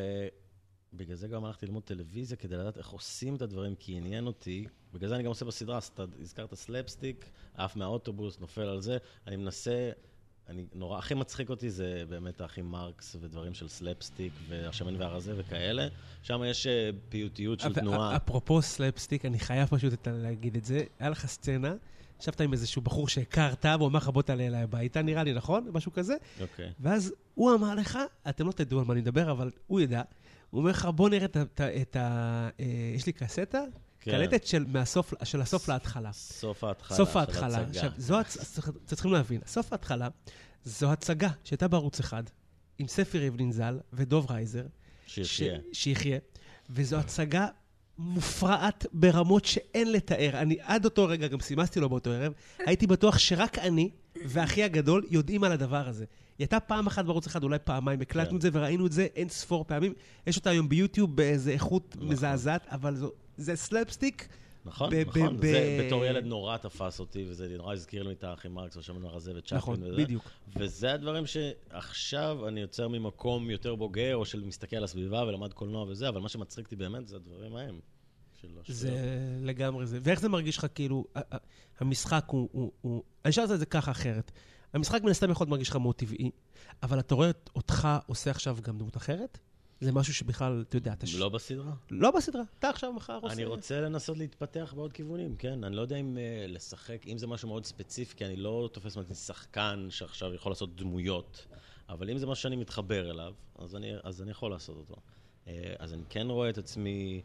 Speaker 3: בגלל זה גם הלכתי ללמוד טלוויזיה, כדי לדעת איך עושים את הדברים, כי עניין אותי. בגלל זה אני גם עושה בסדרה, אז אתה הזכרת סלאפסטיק, אף מהאוטובוס, נופל על זה. אני מנסה, אני נורא, הכי מצחיק אותי זה באמת הכי מרקס ודברים של סלאפסטיק, והשמן והרזה וכאלה. שם יש פיוטיות של תנועה.
Speaker 2: אפרופו סלאפסטיק, אני חייב פשוט להגיד את זה. היה לך סצנה, ישבת עם איזשהו בחור שהכרת, והוא אמר לך בוא תעלה אליי הביתה, נראה לי, נכון? משהו כזה.
Speaker 3: אוקיי.
Speaker 2: ואז הוא אמר לך, אתם לא תדעו על מה אני מדבר, אבל הוא ידע. הוא אומר לך, בוא נראה את ה... יש לי קסטה, קלטת של הסוף להתחלה.
Speaker 3: סוף ההתחלה.
Speaker 2: סוף ההתחלה. עכשיו, צריכים להבין, סוף ההתחלה, זו הצגה שהייתה בערוץ אחד, עם ספי ריבלין ז"ל ודוב רייזר.
Speaker 3: שיחיה.
Speaker 2: שיחיה. וזו הצגה מופרעת ברמות שאין לתאר. אני עד אותו רגע, גם סימסתי לו באותו ערב, הייתי בטוח שרק אני ואחי הגדול יודעים על הדבר הזה. היא הייתה פעם אחת בערוץ אחד, אולי פעמיים, הקלטנו את זה וראינו את זה אין ספור פעמים. יש אותה היום ביוטיוב באיזה איכות מזעזעת, אבל זה סלאפסטיק.
Speaker 3: נכון, נכון. זה בתור ילד נורא תפס אותי, וזה נורא הזכיר לי את האחי מרקס, השמן הרזה וצ'פלין.
Speaker 2: נכון, בדיוק.
Speaker 3: וזה הדברים שעכשיו אני יוצר ממקום יותר בוגר, או של מסתכל על הסביבה ולמד קולנוע וזה, אבל מה שמצחיק אותי באמת זה הדברים ההם.
Speaker 2: זה לגמרי זה. ואיך זה מרגיש לך כאילו, המשחק הוא, אני אשאל את זה ככה אחרת. המשחק מן הסתם יכול מרגיש לך מאוד טבעי, אבל אתה רואה אותך עושה עכשיו גם דמות אחרת? זה משהו שבכלל, אתה יודע, אתה...
Speaker 3: לא בסדרה?
Speaker 2: לא בסדרה. אתה עכשיו מחר עושה...
Speaker 3: אני רוצה לנסות להתפתח בעוד כיוונים, כן. אני לא יודע אם לשחק, אם זה משהו מאוד ספציפי, כי אני לא תופס מעצמי שחקן שעכשיו יכול לעשות דמויות, אבל אם זה משהו שאני מתחבר אליו, אז אני, אז אני יכול לעשות אותו. אז אני כן רואה את עצמי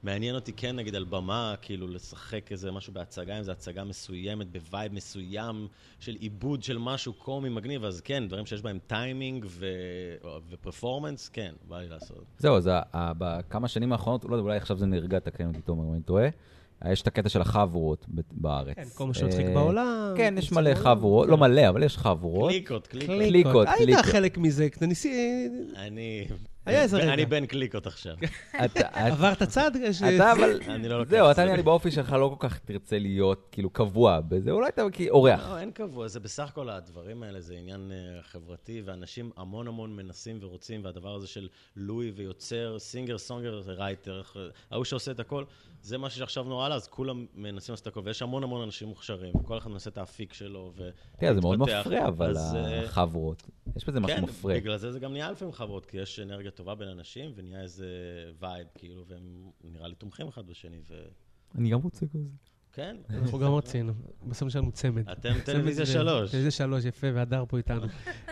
Speaker 3: מעניין אותי כן, נגיד, על במה, כאילו, לשחק איזה משהו בהצגה, אם זו הצגה מסוימת, בווייב מסוים, של עיבוד של משהו קומי מגניב, אז כן, דברים שיש בהם טיימינג ופרפורמנס, כן, בא לי לעשות.
Speaker 1: זהו, אז בכמה שנים האחרונות, אולי עכשיו זה נרגע, תקן אותי, תומר, אם אני טועה, יש את הקטע של החבורות בארץ.
Speaker 2: כן, כל מה שמצחיק בעולם.
Speaker 1: כן, יש מלא חבורות, לא מלא, אבל יש חבורות.
Speaker 3: קליקות, קליקות.
Speaker 1: קליקות,
Speaker 2: היית חלק מזה, ניסי...
Speaker 3: אני...
Speaker 2: היה איזה רגע.
Speaker 3: אני בן קליקות עכשיו.
Speaker 2: עברת צד?
Speaker 1: אתה, אבל...
Speaker 3: אני לא לוקח.
Speaker 1: זהו, אתה נראה לי באופי שלך לא כל כך תרצה להיות, כאילו, קבוע בזה, אולי אתה אורח.
Speaker 3: לא, אין קבוע, זה בסך הכל הדברים האלה, זה עניין חברתי, ואנשים המון המון מנסים ורוצים, והדבר הזה של לואי ויוצר, סינגר, סונגר, רייטר, ההוא שעושה את הכל, זה מה שעכשיו נורא לה, אז כולם מנסים לעשות את הכל, ויש המון המון אנשים מוכשרים, וכל אחד מנסה את האפיק שלו,
Speaker 1: תראה, זה מאוד מפריע, אבל החברות. יש בזה משהו מפריע.
Speaker 3: כן, בגלל זה זה גם נהיה לפעמים חברות, כי יש אנרגיה טובה בין אנשים, ונהיה איזה וייב, כאילו, והם נראה לי תומכים אחד בשני, ו...
Speaker 1: אני גם רוצה כזה.
Speaker 3: כן.
Speaker 2: אנחנו גם רצינו. בסוף שלנו צמד.
Speaker 3: אתם טלוויזיה שלוש.
Speaker 2: טלוויזיה שלוש, יפה, והדר פה איתנו.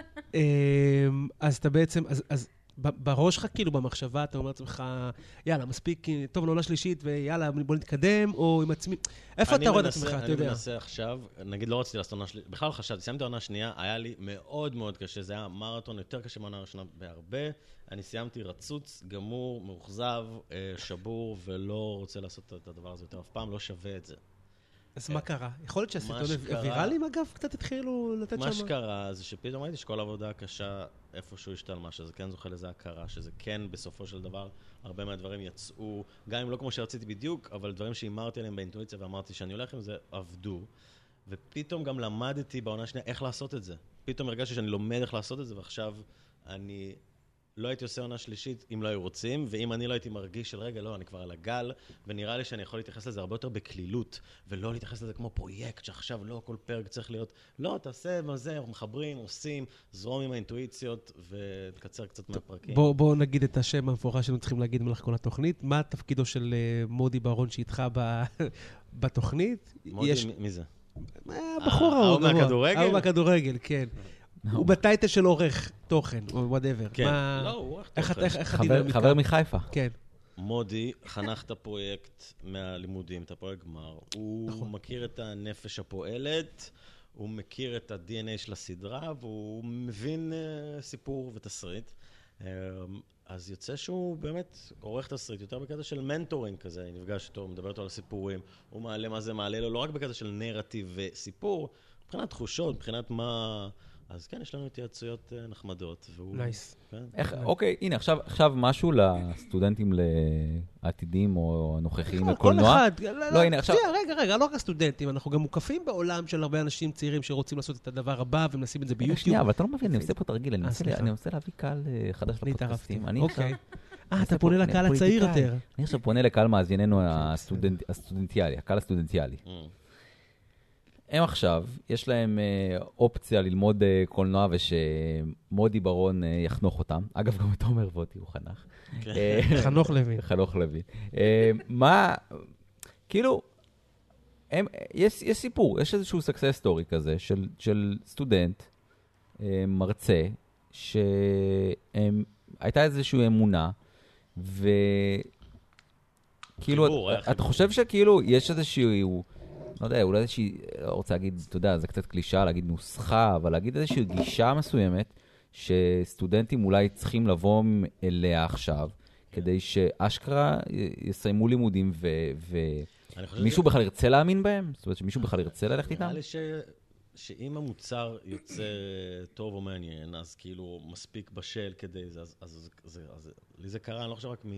Speaker 2: אז אתה בעצם, אז בראש שלך, כאילו, במחשבה, אתה אומר לעצמך, יאללה, מספיק, טוב, לעונה שלישית, ויאללה, בוא נתקדם, או עם עצמי. איפה אתה רואה את עצמך, אתה יודע?
Speaker 3: אני מנסה עכשיו, נגיד, לא רציתי לעשות עונה שלישית, בכלל חשבתי, סיימתי העונה שנייה, היה לי מאוד מאוד קשה, זה היה מרתון יותר קשה מהעונה הראשונה בהרבה, אני סיימתי רצוץ, גמור, מאוכזב, שבור, ולא רוצה לעשות את הדבר הזה יותר אף פעם, לא שווה את זה.
Speaker 2: אז מה קרה? יכול להיות שהסרטון ויראליים, אגב, קצת התחילו לתת שם?
Speaker 3: מה שקרה זה שפתאום ראיתי שכל העבודה הקשה איפשהו השתלמה, שזה כן זוכה לזה הכרה, שזה כן בסופו של דבר, הרבה מהדברים יצאו, גם אם לא כמו שרציתי בדיוק, אבל דברים שאימרתי עליהם באינטואיציה ואמרתי שאני הולך עם זה, עבדו. ופתאום גם למדתי בעונה שנייה איך לעשות את זה. פתאום הרגשתי שאני לומד איך לעשות את זה, ועכשיו אני... לא הייתי עושה עונה שלישית אם לא היו רוצים, ואם אני לא הייתי מרגיש של רגע, לא, אני כבר על הגל, ונראה לי שאני יכול להתייחס לזה הרבה יותר בכלילות, ולא להתייחס לזה כמו פרויקט, שעכשיו לא כל פרק צריך להיות, לא, תעשה מה זה, אנחנו מחברים, עושים, זרום עם האינטואיציות, ותקצר קצת מהפרקים.
Speaker 2: בוא, בוא נגיד את השם המפורש שלנו צריכים להגיד מלך כל התוכנית. מה תפקידו של מודי ברון שאיתך בתוכנית?
Speaker 3: מודי, יש... מי זה?
Speaker 2: הבחור ההוא.
Speaker 3: ההוא מהכדורגל?
Speaker 2: ההוא מהכדורגל, כן. הוא בטייטל של עורך תוכן, או whatever.
Speaker 3: כן, לא, הוא עורך
Speaker 2: תוכן.
Speaker 1: חבר מחיפה.
Speaker 2: כן.
Speaker 3: מודי חנך את הפרויקט מהלימודים, את הפרויקט גמר. הוא מכיר את הנפש הפועלת, הוא מכיר את ה-די אן איי של הסדרה, והוא מבין סיפור ותסריט. אז יוצא שהוא באמת עורך תסריט, יותר בקטע של מנטורינג כזה, אני נפגש איתו, הוא מדבר איתו על סיפורים, הוא מעלה מה זה מעלה לו, לא רק בקטע של נרטיב וסיפור, מבחינת תחושות, מבחינת מה... אז כן, יש לנו התייעצויות נחמדות.
Speaker 2: נייס.
Speaker 1: אוקיי, הנה, עכשיו משהו לסטודנטים לעתידים או הנוכחים לקולנוע.
Speaker 2: כל אחד. לא, הנה, עכשיו... רגע, רגע, לא רק הסטודנטים, אנחנו גם מוקפים בעולם של הרבה אנשים צעירים שרוצים לעשות את הדבר הבא ומנסים את זה ביוטיוב.
Speaker 1: שנייה, אבל אתה לא מבין, אני עושה פה תרגיל, אני רוצה להביא קהל חדש לפודקאסטים.
Speaker 2: אוקיי. אה, אתה פונה לקהל הצעיר יותר.
Speaker 1: אני עכשיו פונה לקהל מאזיננו הסטודנטיאלי, הקהל הסטודנטיאלי. הם עכשיו, יש להם אה, אופציה ללמוד אה, קולנוע ושמודי ברון אה, יחנוך אותם. אגב, גם אתה אומר וודי, הוא חנך.
Speaker 2: אה, חנוך לוין.
Speaker 1: חנוך לוין. אה, מה, כאילו, הם, יש, יש סיפור, יש איזשהו success story כזה של, של סטודנט, אה, מרצה, שהייתה איזושהי אמונה, וכאילו, אתה חושב שכאילו יש איזשהו... לא יודע, אולי איזושהי, לא רוצה להגיד, אתה יודע, זה קצת קלישה, להגיד נוסחה, אבל להגיד איזושהי גישה מסוימת, שסטודנטים אולי צריכים לבוא אליה עכשיו, כדי שאשכרה יסיימו לימודים, ומישהו בכלל ירצה להאמין בהם? זאת אומרת, שמישהו בכלל ירצה ללכת איתם?
Speaker 3: נראה לי שאם המוצר יוצא טוב או מעניין, אז כאילו מספיק בשל כדי זה, אז לי זה קרה, אני לא חושב רק מ...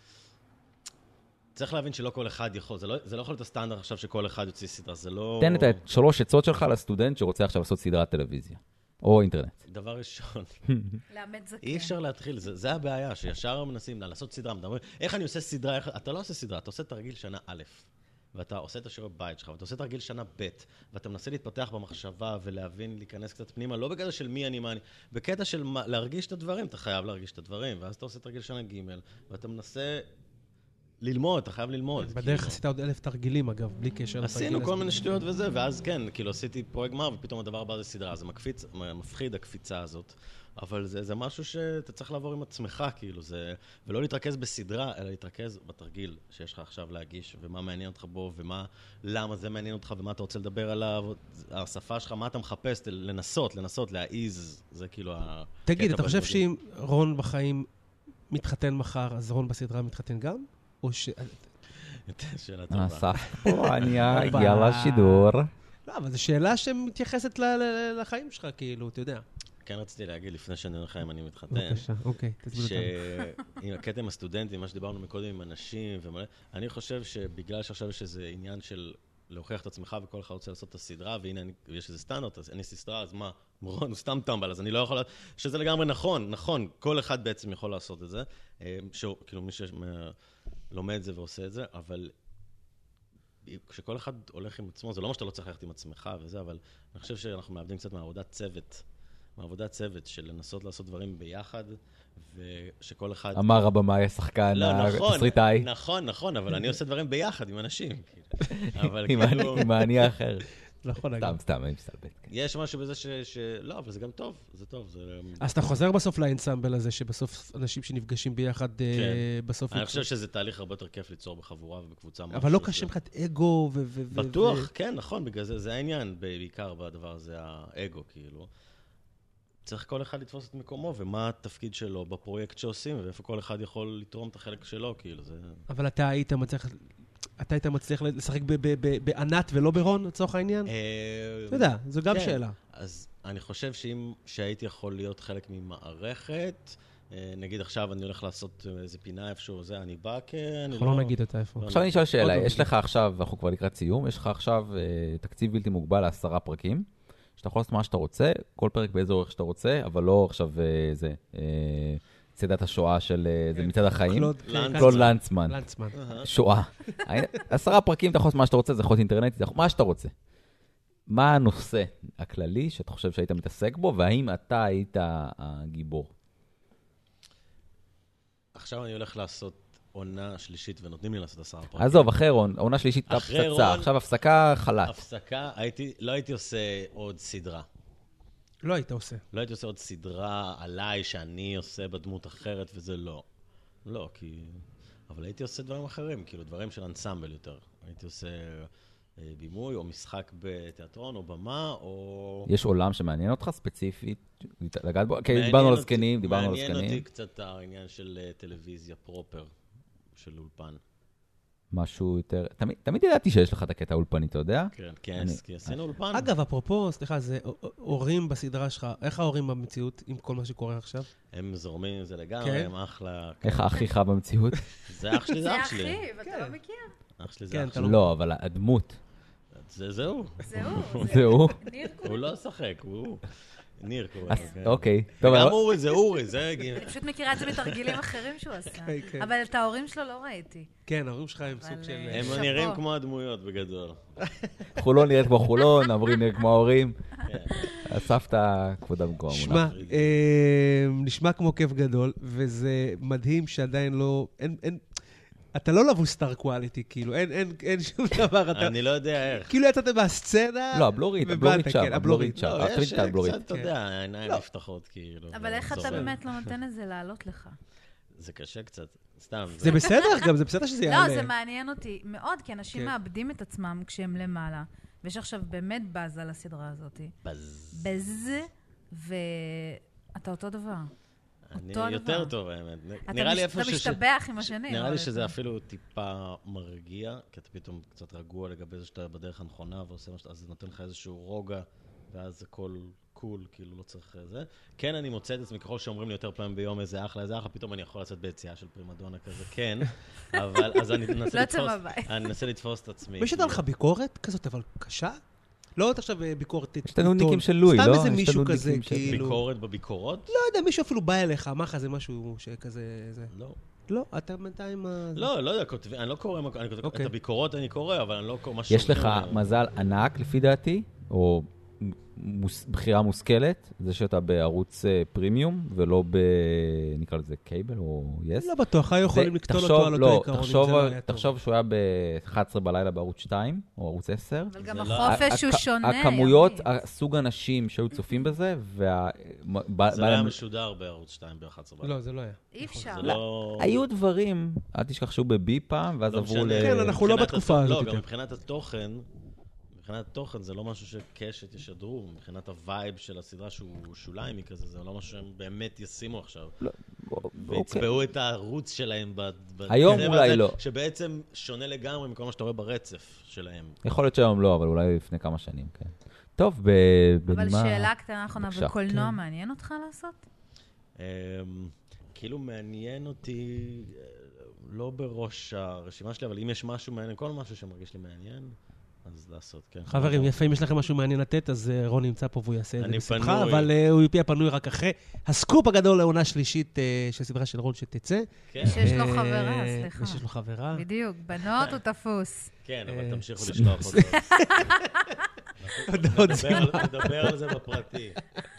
Speaker 3: צריך להבין שלא כל אחד יכול, זה לא, זה לא יכול להיות הסטנדרט עכשיו שכל אחד יוציא סדרה, זה לא...
Speaker 1: תן את שלוש עצות שלך לסטודנט שרוצה עכשיו לעשות סדרת טלוויזיה, או אינטרנט.
Speaker 3: דבר ראשון,
Speaker 4: לאמץ זקן.
Speaker 3: אי אפשר להתחיל, זה, זה הבעיה, שישר מנסים לעשות סדרה, מדברים, איך אני עושה סדרה, איך... אתה לא עושה סדרה, אתה עושה תרגיל שנה א', ואתה עושה את השיעורי בית שלך, ואתה עושה תרגיל שנה ב', ואתה מנסה להתפתח במחשבה ולהבין, להיכנס קצת פנימה, לא בקטע של מי אני, מה אני, בקטע של להרגיש את הדברים, אתה חייב להרגיש את הדברים, ואז אתה עושה תרגיל שנה ג', ואתה מנסה ללמוד, אתה חייב ללמוד.
Speaker 2: בדרך עשית עוד אלף תרגילים, אגב, בלי קשר.
Speaker 3: עשינו כל מיני שטויות וזה, ואז כן, כאילו עשיתי פרויקט גמר, ופתאום הדבר הבא זה סדרה. זה מקפיץ, מפחיד הקפיצה הזאת. אבל זה, זה משהו שאתה צריך לעבור עם עצמך, כאילו, זה, ולא להתרכז בסדרה, אלא להתרכז בתרגיל שיש לך עכשיו להגיש, ומה מעניין אותך בו, ומה, למה זה מעניין אותך, ומה אתה רוצה לדבר עליו, השפה שלך, מה אתה מחפש, לנסות, לנסות, להעיז, זה כאילו ה...
Speaker 2: תגיד, אתה חושב שאם רון בחיים מתחתן מחר, אז רון בסדרה מתחתן גם? או ש...
Speaker 3: שאלה טובה.
Speaker 1: אסף פה, אני הגיע לשידור.
Speaker 2: לא, אבל זו שאלה שמתייחסת לחיים שלך, כאילו, אתה יודע.
Speaker 3: כן רציתי להגיד, לפני שאני אומר לך אם אני מתחתן,
Speaker 2: בבקשה, אוקיי, תסביר אותנו.
Speaker 3: שעם הקטע עם הסטודנטים, מה שדיברנו מקודם עם אנשים ומלא, אני חושב שבגלל שעכשיו יש איזה עניין של להוכיח את עצמך וכל אחד רוצה לעשות את הסדרה, והנה יש איזה סטנדרט, אז אין לי סדרה, אז מה, מרון הוא סתם טמבל, אז אני לא יכול... שזה לגמרי נכון, נכון, כל אחד בעצם יכול לעשות את זה, כאילו מי שלומד את זה ועושה את זה, אבל כשכל אחד הולך עם עצמו, זה לא מה שאתה לא צריך ללכת עם עצמך וזה, אבל אני חושב שאנחנו מאבדים קצת מעבודת צוות, מעבודת צוות של לנסות לעשות דברים ביחד, ושכל אחד...
Speaker 1: אמר הבמאי השחקן, התסריטאי.
Speaker 3: נכון, נכון, אבל אני עושה דברים ביחד עם אנשים.
Speaker 1: עם האני האחר.
Speaker 2: נכון,
Speaker 1: סתם, סתם, אני מסתלבט.
Speaker 3: יש משהו בזה ש... לא, אבל זה גם טוב, זה טוב.
Speaker 2: אז אתה חוזר בסוף לאנסמבל הזה, שבסוף אנשים שנפגשים ביחד בסוף...
Speaker 3: אני חושב שזה תהליך הרבה יותר כיף ליצור בחבורה ובקבוצה.
Speaker 2: אבל לא קשה לך את אגו ו...
Speaker 3: בטוח, כן, נכון, בגלל זה, זה העניין, בעיקר בדבר הזה, האגו, כאילו. צריך כל אחד לתפוס את מקומו, ומה התפקיד שלו בפרויקט שעושים, ואיפה כל אחד יכול לתרום את החלק שלו, כאילו, זה... אבל
Speaker 2: אתה היית מצליח... אתה היית מצליח לשחק בענת ולא ברון, לצורך העניין? אתה יודע, זו גם שאלה.
Speaker 3: אז אני חושב שאם שהייתי יכול להיות חלק ממערכת, נגיד עכשיו אני הולך לעשות איזה פינה איפשהו, זה, אני בא כ...
Speaker 2: אנחנו לא נגיד אותה איפה.
Speaker 1: עכשיו אני אשאל שאלה, יש לך עכשיו, אנחנו כבר לקראת סיום, יש לך עכשיו תקציב בלתי מוגבל לעשרה פרקים, שאתה יכול לעשות מה שאתה רוצה, כל פרק באיזה אורך שאתה רוצה, אבל לא עכשיו זה... צדת השואה של זה מצד החיים. קלוד לנצמן. שואה. עשרה פרקים, אתה יכול לעשות מה שאתה רוצה, זה יכול להיות אינטרנטי, מה שאתה רוצה. מה הנושא הכללי שאתה חושב שהיית מתעסק בו, והאם אתה היית הגיבור?
Speaker 3: עכשיו אני הולך לעשות עונה שלישית, ונותנים לי לעשות עשרה פרקים.
Speaker 1: עזוב, אחרי רון, עונה שלישית פצצה, עכשיו הפסקה חלט.
Speaker 3: הפסקה, לא הייתי עושה עוד סדרה.
Speaker 2: לא היית עושה.
Speaker 3: לא הייתי עושה עוד סדרה עליי שאני עושה בדמות אחרת, וזה לא. לא, כי... אבל הייתי עושה דברים אחרים, כאילו דברים של אנסמבל יותר. הייתי עושה בימוי, או משחק בתיאטרון, או במה, או...
Speaker 1: יש עולם שמעניין אותך ספציפית? לגעת בו? כן, דיברנו על הזקנים, דיברנו על הזקנים.
Speaker 3: מעניין אותי קצת העניין של טלוויזיה פרופר, של אולפן.
Speaker 1: משהו יותר... תמיד, תמיד ידעתי שיש לך את הקטע האולפני, אתה יודע?
Speaker 3: כן, כן, כי עשינו אולפן.
Speaker 2: אגב, אפרופו, סליחה, זה הורים בסדרה שלך, איך ההורים במציאות עם כל מה שקורה עכשיו?
Speaker 3: הם זורמים עם זה לגמרי, הם אחלה...
Speaker 1: איך האחיך במציאות?
Speaker 3: זה אח שלי, זה אח שלי.
Speaker 4: זה אחי, ואתה לא מכיר.
Speaker 3: אח שלי זה אח שלי.
Speaker 1: לא, אבל הדמות.
Speaker 3: זה זהו.
Speaker 4: זהו.
Speaker 1: זהו.
Speaker 3: הוא לא שחק, הוא... ניר קורא.
Speaker 1: אוקיי.
Speaker 3: גם אורי, זה אורי, זה...
Speaker 4: אני פשוט מכירה את זה מתרגילים אחרים שהוא עשה. אבל את ההורים שלו לא ראיתי.
Speaker 2: כן, ההורים שלך הם סוג של...
Speaker 3: הם נראים כמו הדמויות בגדול.
Speaker 1: חולון נראית כמו חולון, אמרי נראה כמו ההורים. הסבתא כבודה במקום.
Speaker 2: שמע, נשמע כמו כיף גדול, וזה מדהים שעדיין לא... אתה לא לבוש סטאר קואליטי, כאילו, אין שום דבר.
Speaker 3: אני לא יודע איך.
Speaker 2: כאילו יצאת מהסצנה...
Speaker 1: לא, הבלורית, הבלורית שם, הבלורית שם.
Speaker 3: יש קצת, אתה יודע, העיניים נפתחות, כאילו.
Speaker 4: אבל איך אתה באמת לא נותן את זה לעלות לך?
Speaker 3: זה קשה קצת, סתם.
Speaker 2: זה בסדר גם, זה בסדר שזה יעלה.
Speaker 4: לא, זה מעניין אותי מאוד, כי אנשים מאבדים את עצמם כשהם למעלה, ויש עכשיו באמת בז על הסדרה הזאת.
Speaker 3: בז.
Speaker 4: בז, ואתה אותו דבר.
Speaker 3: אני יותר טוב, האמת.
Speaker 4: אתה משתבח עם השני.
Speaker 3: נראה לי שזה אפילו טיפה מרגיע, כי אתה פתאום קצת רגוע לגבי זה שאתה בדרך הנכונה, ועושה מה שאתה, אז זה נותן לך איזשהו רוגע, ואז הכל קול, כאילו לא צריך זה. כן, אני מוצא את עצמי, ככל שאומרים לי יותר פעמים ביום איזה אחלה, איזה אחלה, פתאום אני יכול לצאת ביציאה של פרימדונה כזה, כן, אבל אז אני אנסה לתפוס את עצמי.
Speaker 2: יש לך ביקורת כזאת, אבל קשה? לא עוד עכשיו ביקורת...
Speaker 1: יש לנו ניקים של לואי, לא?
Speaker 2: סתם איזה מישהו כזה, כאילו...
Speaker 3: ביקורת בביקורות?
Speaker 2: לא יודע, מישהו אפילו בא אליך, אמר לך זה משהו שכזה...
Speaker 3: לא.
Speaker 2: לא, אתה בינתיים...
Speaker 3: לא, לא יודע, אני לא קורא... את הביקורות אני קורא, אבל אני לא קורא...
Speaker 1: יש לך מזל ענק, לפי דעתי, או בחירה מושכלת, זה שאתה בערוץ פרימיום, ולא ב... נקרא לזה קייבל או יס.
Speaker 2: לא בטוח, היו יכולים לקטול אותו על אותו עיקרון, אם זה לא היה טוב.
Speaker 1: תחשוב שהוא היה ב-אחת עשרה בלילה בערוץ שתיים, או ערוץ עשר.
Speaker 4: אבל גם החופש הוא שונה.
Speaker 1: הכמויות, הסוג אנשים שהיו צופים בזה, וה...
Speaker 3: זה היה משודר בערוץ שתיים ב-אחת עשרה בלילה.
Speaker 2: לא, זה לא היה.
Speaker 4: אי אפשר.
Speaker 1: היו דברים, אל תשכח שהוא בבי פעם, ואז עברו ל...
Speaker 2: כן, אנחנו לא בתקופה הזאת.
Speaker 3: לא, גם מבחינת התוכן, מבחינת התוכן זה לא משהו שקשת ישדרו, מבחינת הווייב של הסדרה שהוא שוליימי כזה, זה לא משהו שהם באמת ישימו עכשיו. והצבעו את הערוץ שלהם
Speaker 1: היום אולי לא.
Speaker 3: שבעצם שונה לגמרי מכל מה שאתה רואה ברצף שלהם.
Speaker 1: יכול להיות שהיום לא, אבל אולי לפני כמה שנים, כן. טוב, בנימה...
Speaker 4: אבל שאלה קטנה אחרונה, בקולנוע מעניין אותך לעשות?
Speaker 3: כאילו מעניין אותי, לא בראש הרשימה שלי, אבל אם יש משהו מעניין, כל משהו שמרגיש לי מעניין, אז לעשות, כן.
Speaker 2: חברים, יפה, אם יש לכם משהו מעניין לתת, אז רון נמצא פה והוא יעשה את זה בשמחה, אבל הוא יפיע פנוי רק אחרי הסקופ הגדול לעונה שלישית של סדרה של רון שתצא.
Speaker 4: שיש לו חברה, סליחה.
Speaker 2: ושיש לו חברה.
Speaker 4: בדיוק, בנות הוא תפוס.
Speaker 3: כן, אבל תמשיכו לשלוח אותו. נדבר על זה בפרטי.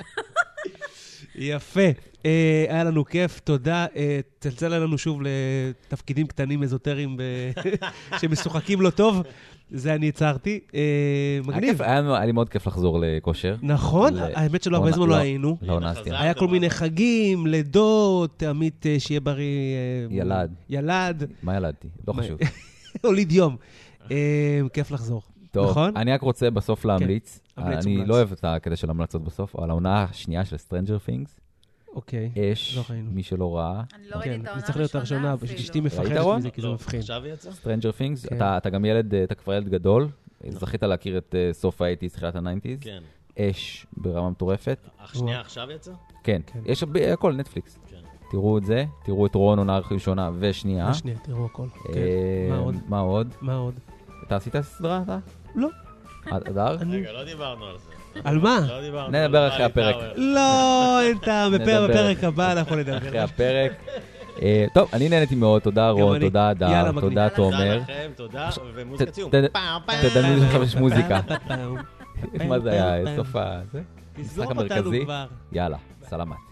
Speaker 2: יפה. היה לנו כיף, תודה. צלצל לנו שוב לתפקידים קטנים אזוטריים שמשוחקים לא טוב. זה אני הצהרתי. מגניב.
Speaker 1: היה לי מאוד כיף לחזור לכושר.
Speaker 2: נכון, האמת שלא הרבה זמן לא היינו.
Speaker 1: לא נסתי.
Speaker 2: היה כל מיני חגים, לידות, עמית שיהיה בריא.
Speaker 1: ילד.
Speaker 2: ילד.
Speaker 1: מה ילדתי? לא חשוב.
Speaker 2: הוליד יום. כיף לחזור.
Speaker 1: טוב, אני רק רוצה בסוף להמליץ. אני לא אוהב את הקטע של המלצות בסוף, אבל העונה השנייה של Stranger Things.
Speaker 2: אוקיי.
Speaker 1: אש, מי שלא ראה.
Speaker 4: אני לא ראיתי את העונה
Speaker 2: זה צריך להיות הראשונה, אשתי מפחדת מזה, כי זה מבחין.
Speaker 3: עכשיו יצא?
Speaker 1: Stranger Things, אתה גם ילד, אתה כבר ילד גדול, זכית להכיר את סוף ה-שמונים, תחילת ה-תשעים.
Speaker 3: כן.
Speaker 1: אש ברמה מטורפת.
Speaker 3: השנייה עכשיו יצא?
Speaker 1: כן, יש הכל, נטפליקס. תראו את זה, תראו את רון עונה ראשונה ושנייה.
Speaker 2: ושנייה, תראו הכל. מה עוד?
Speaker 1: מה עוד?
Speaker 2: מה עוד?
Speaker 1: אתה עשית סדרה, אתה?
Speaker 2: לא.
Speaker 1: אדר?
Speaker 3: רגע, לא דיברנו על זה.
Speaker 2: על מה?
Speaker 3: לא דיברנו.
Speaker 1: נדבר אחרי הפרק.
Speaker 2: לא, אין טעם, בפרק הבא אנחנו נדבר.
Speaker 1: אחרי הפרק. טוב, אני נהניתי מאוד, תודה רון, תודה אדר, תודה תומר.
Speaker 3: תודה לכם, תודה, ומוזיקה ציום.
Speaker 1: תדענו עכשיו יש מוזיקה. מה זה היה? סוף הזה?
Speaker 2: תסגור אותנו כבר.
Speaker 1: יאללה, סלמת.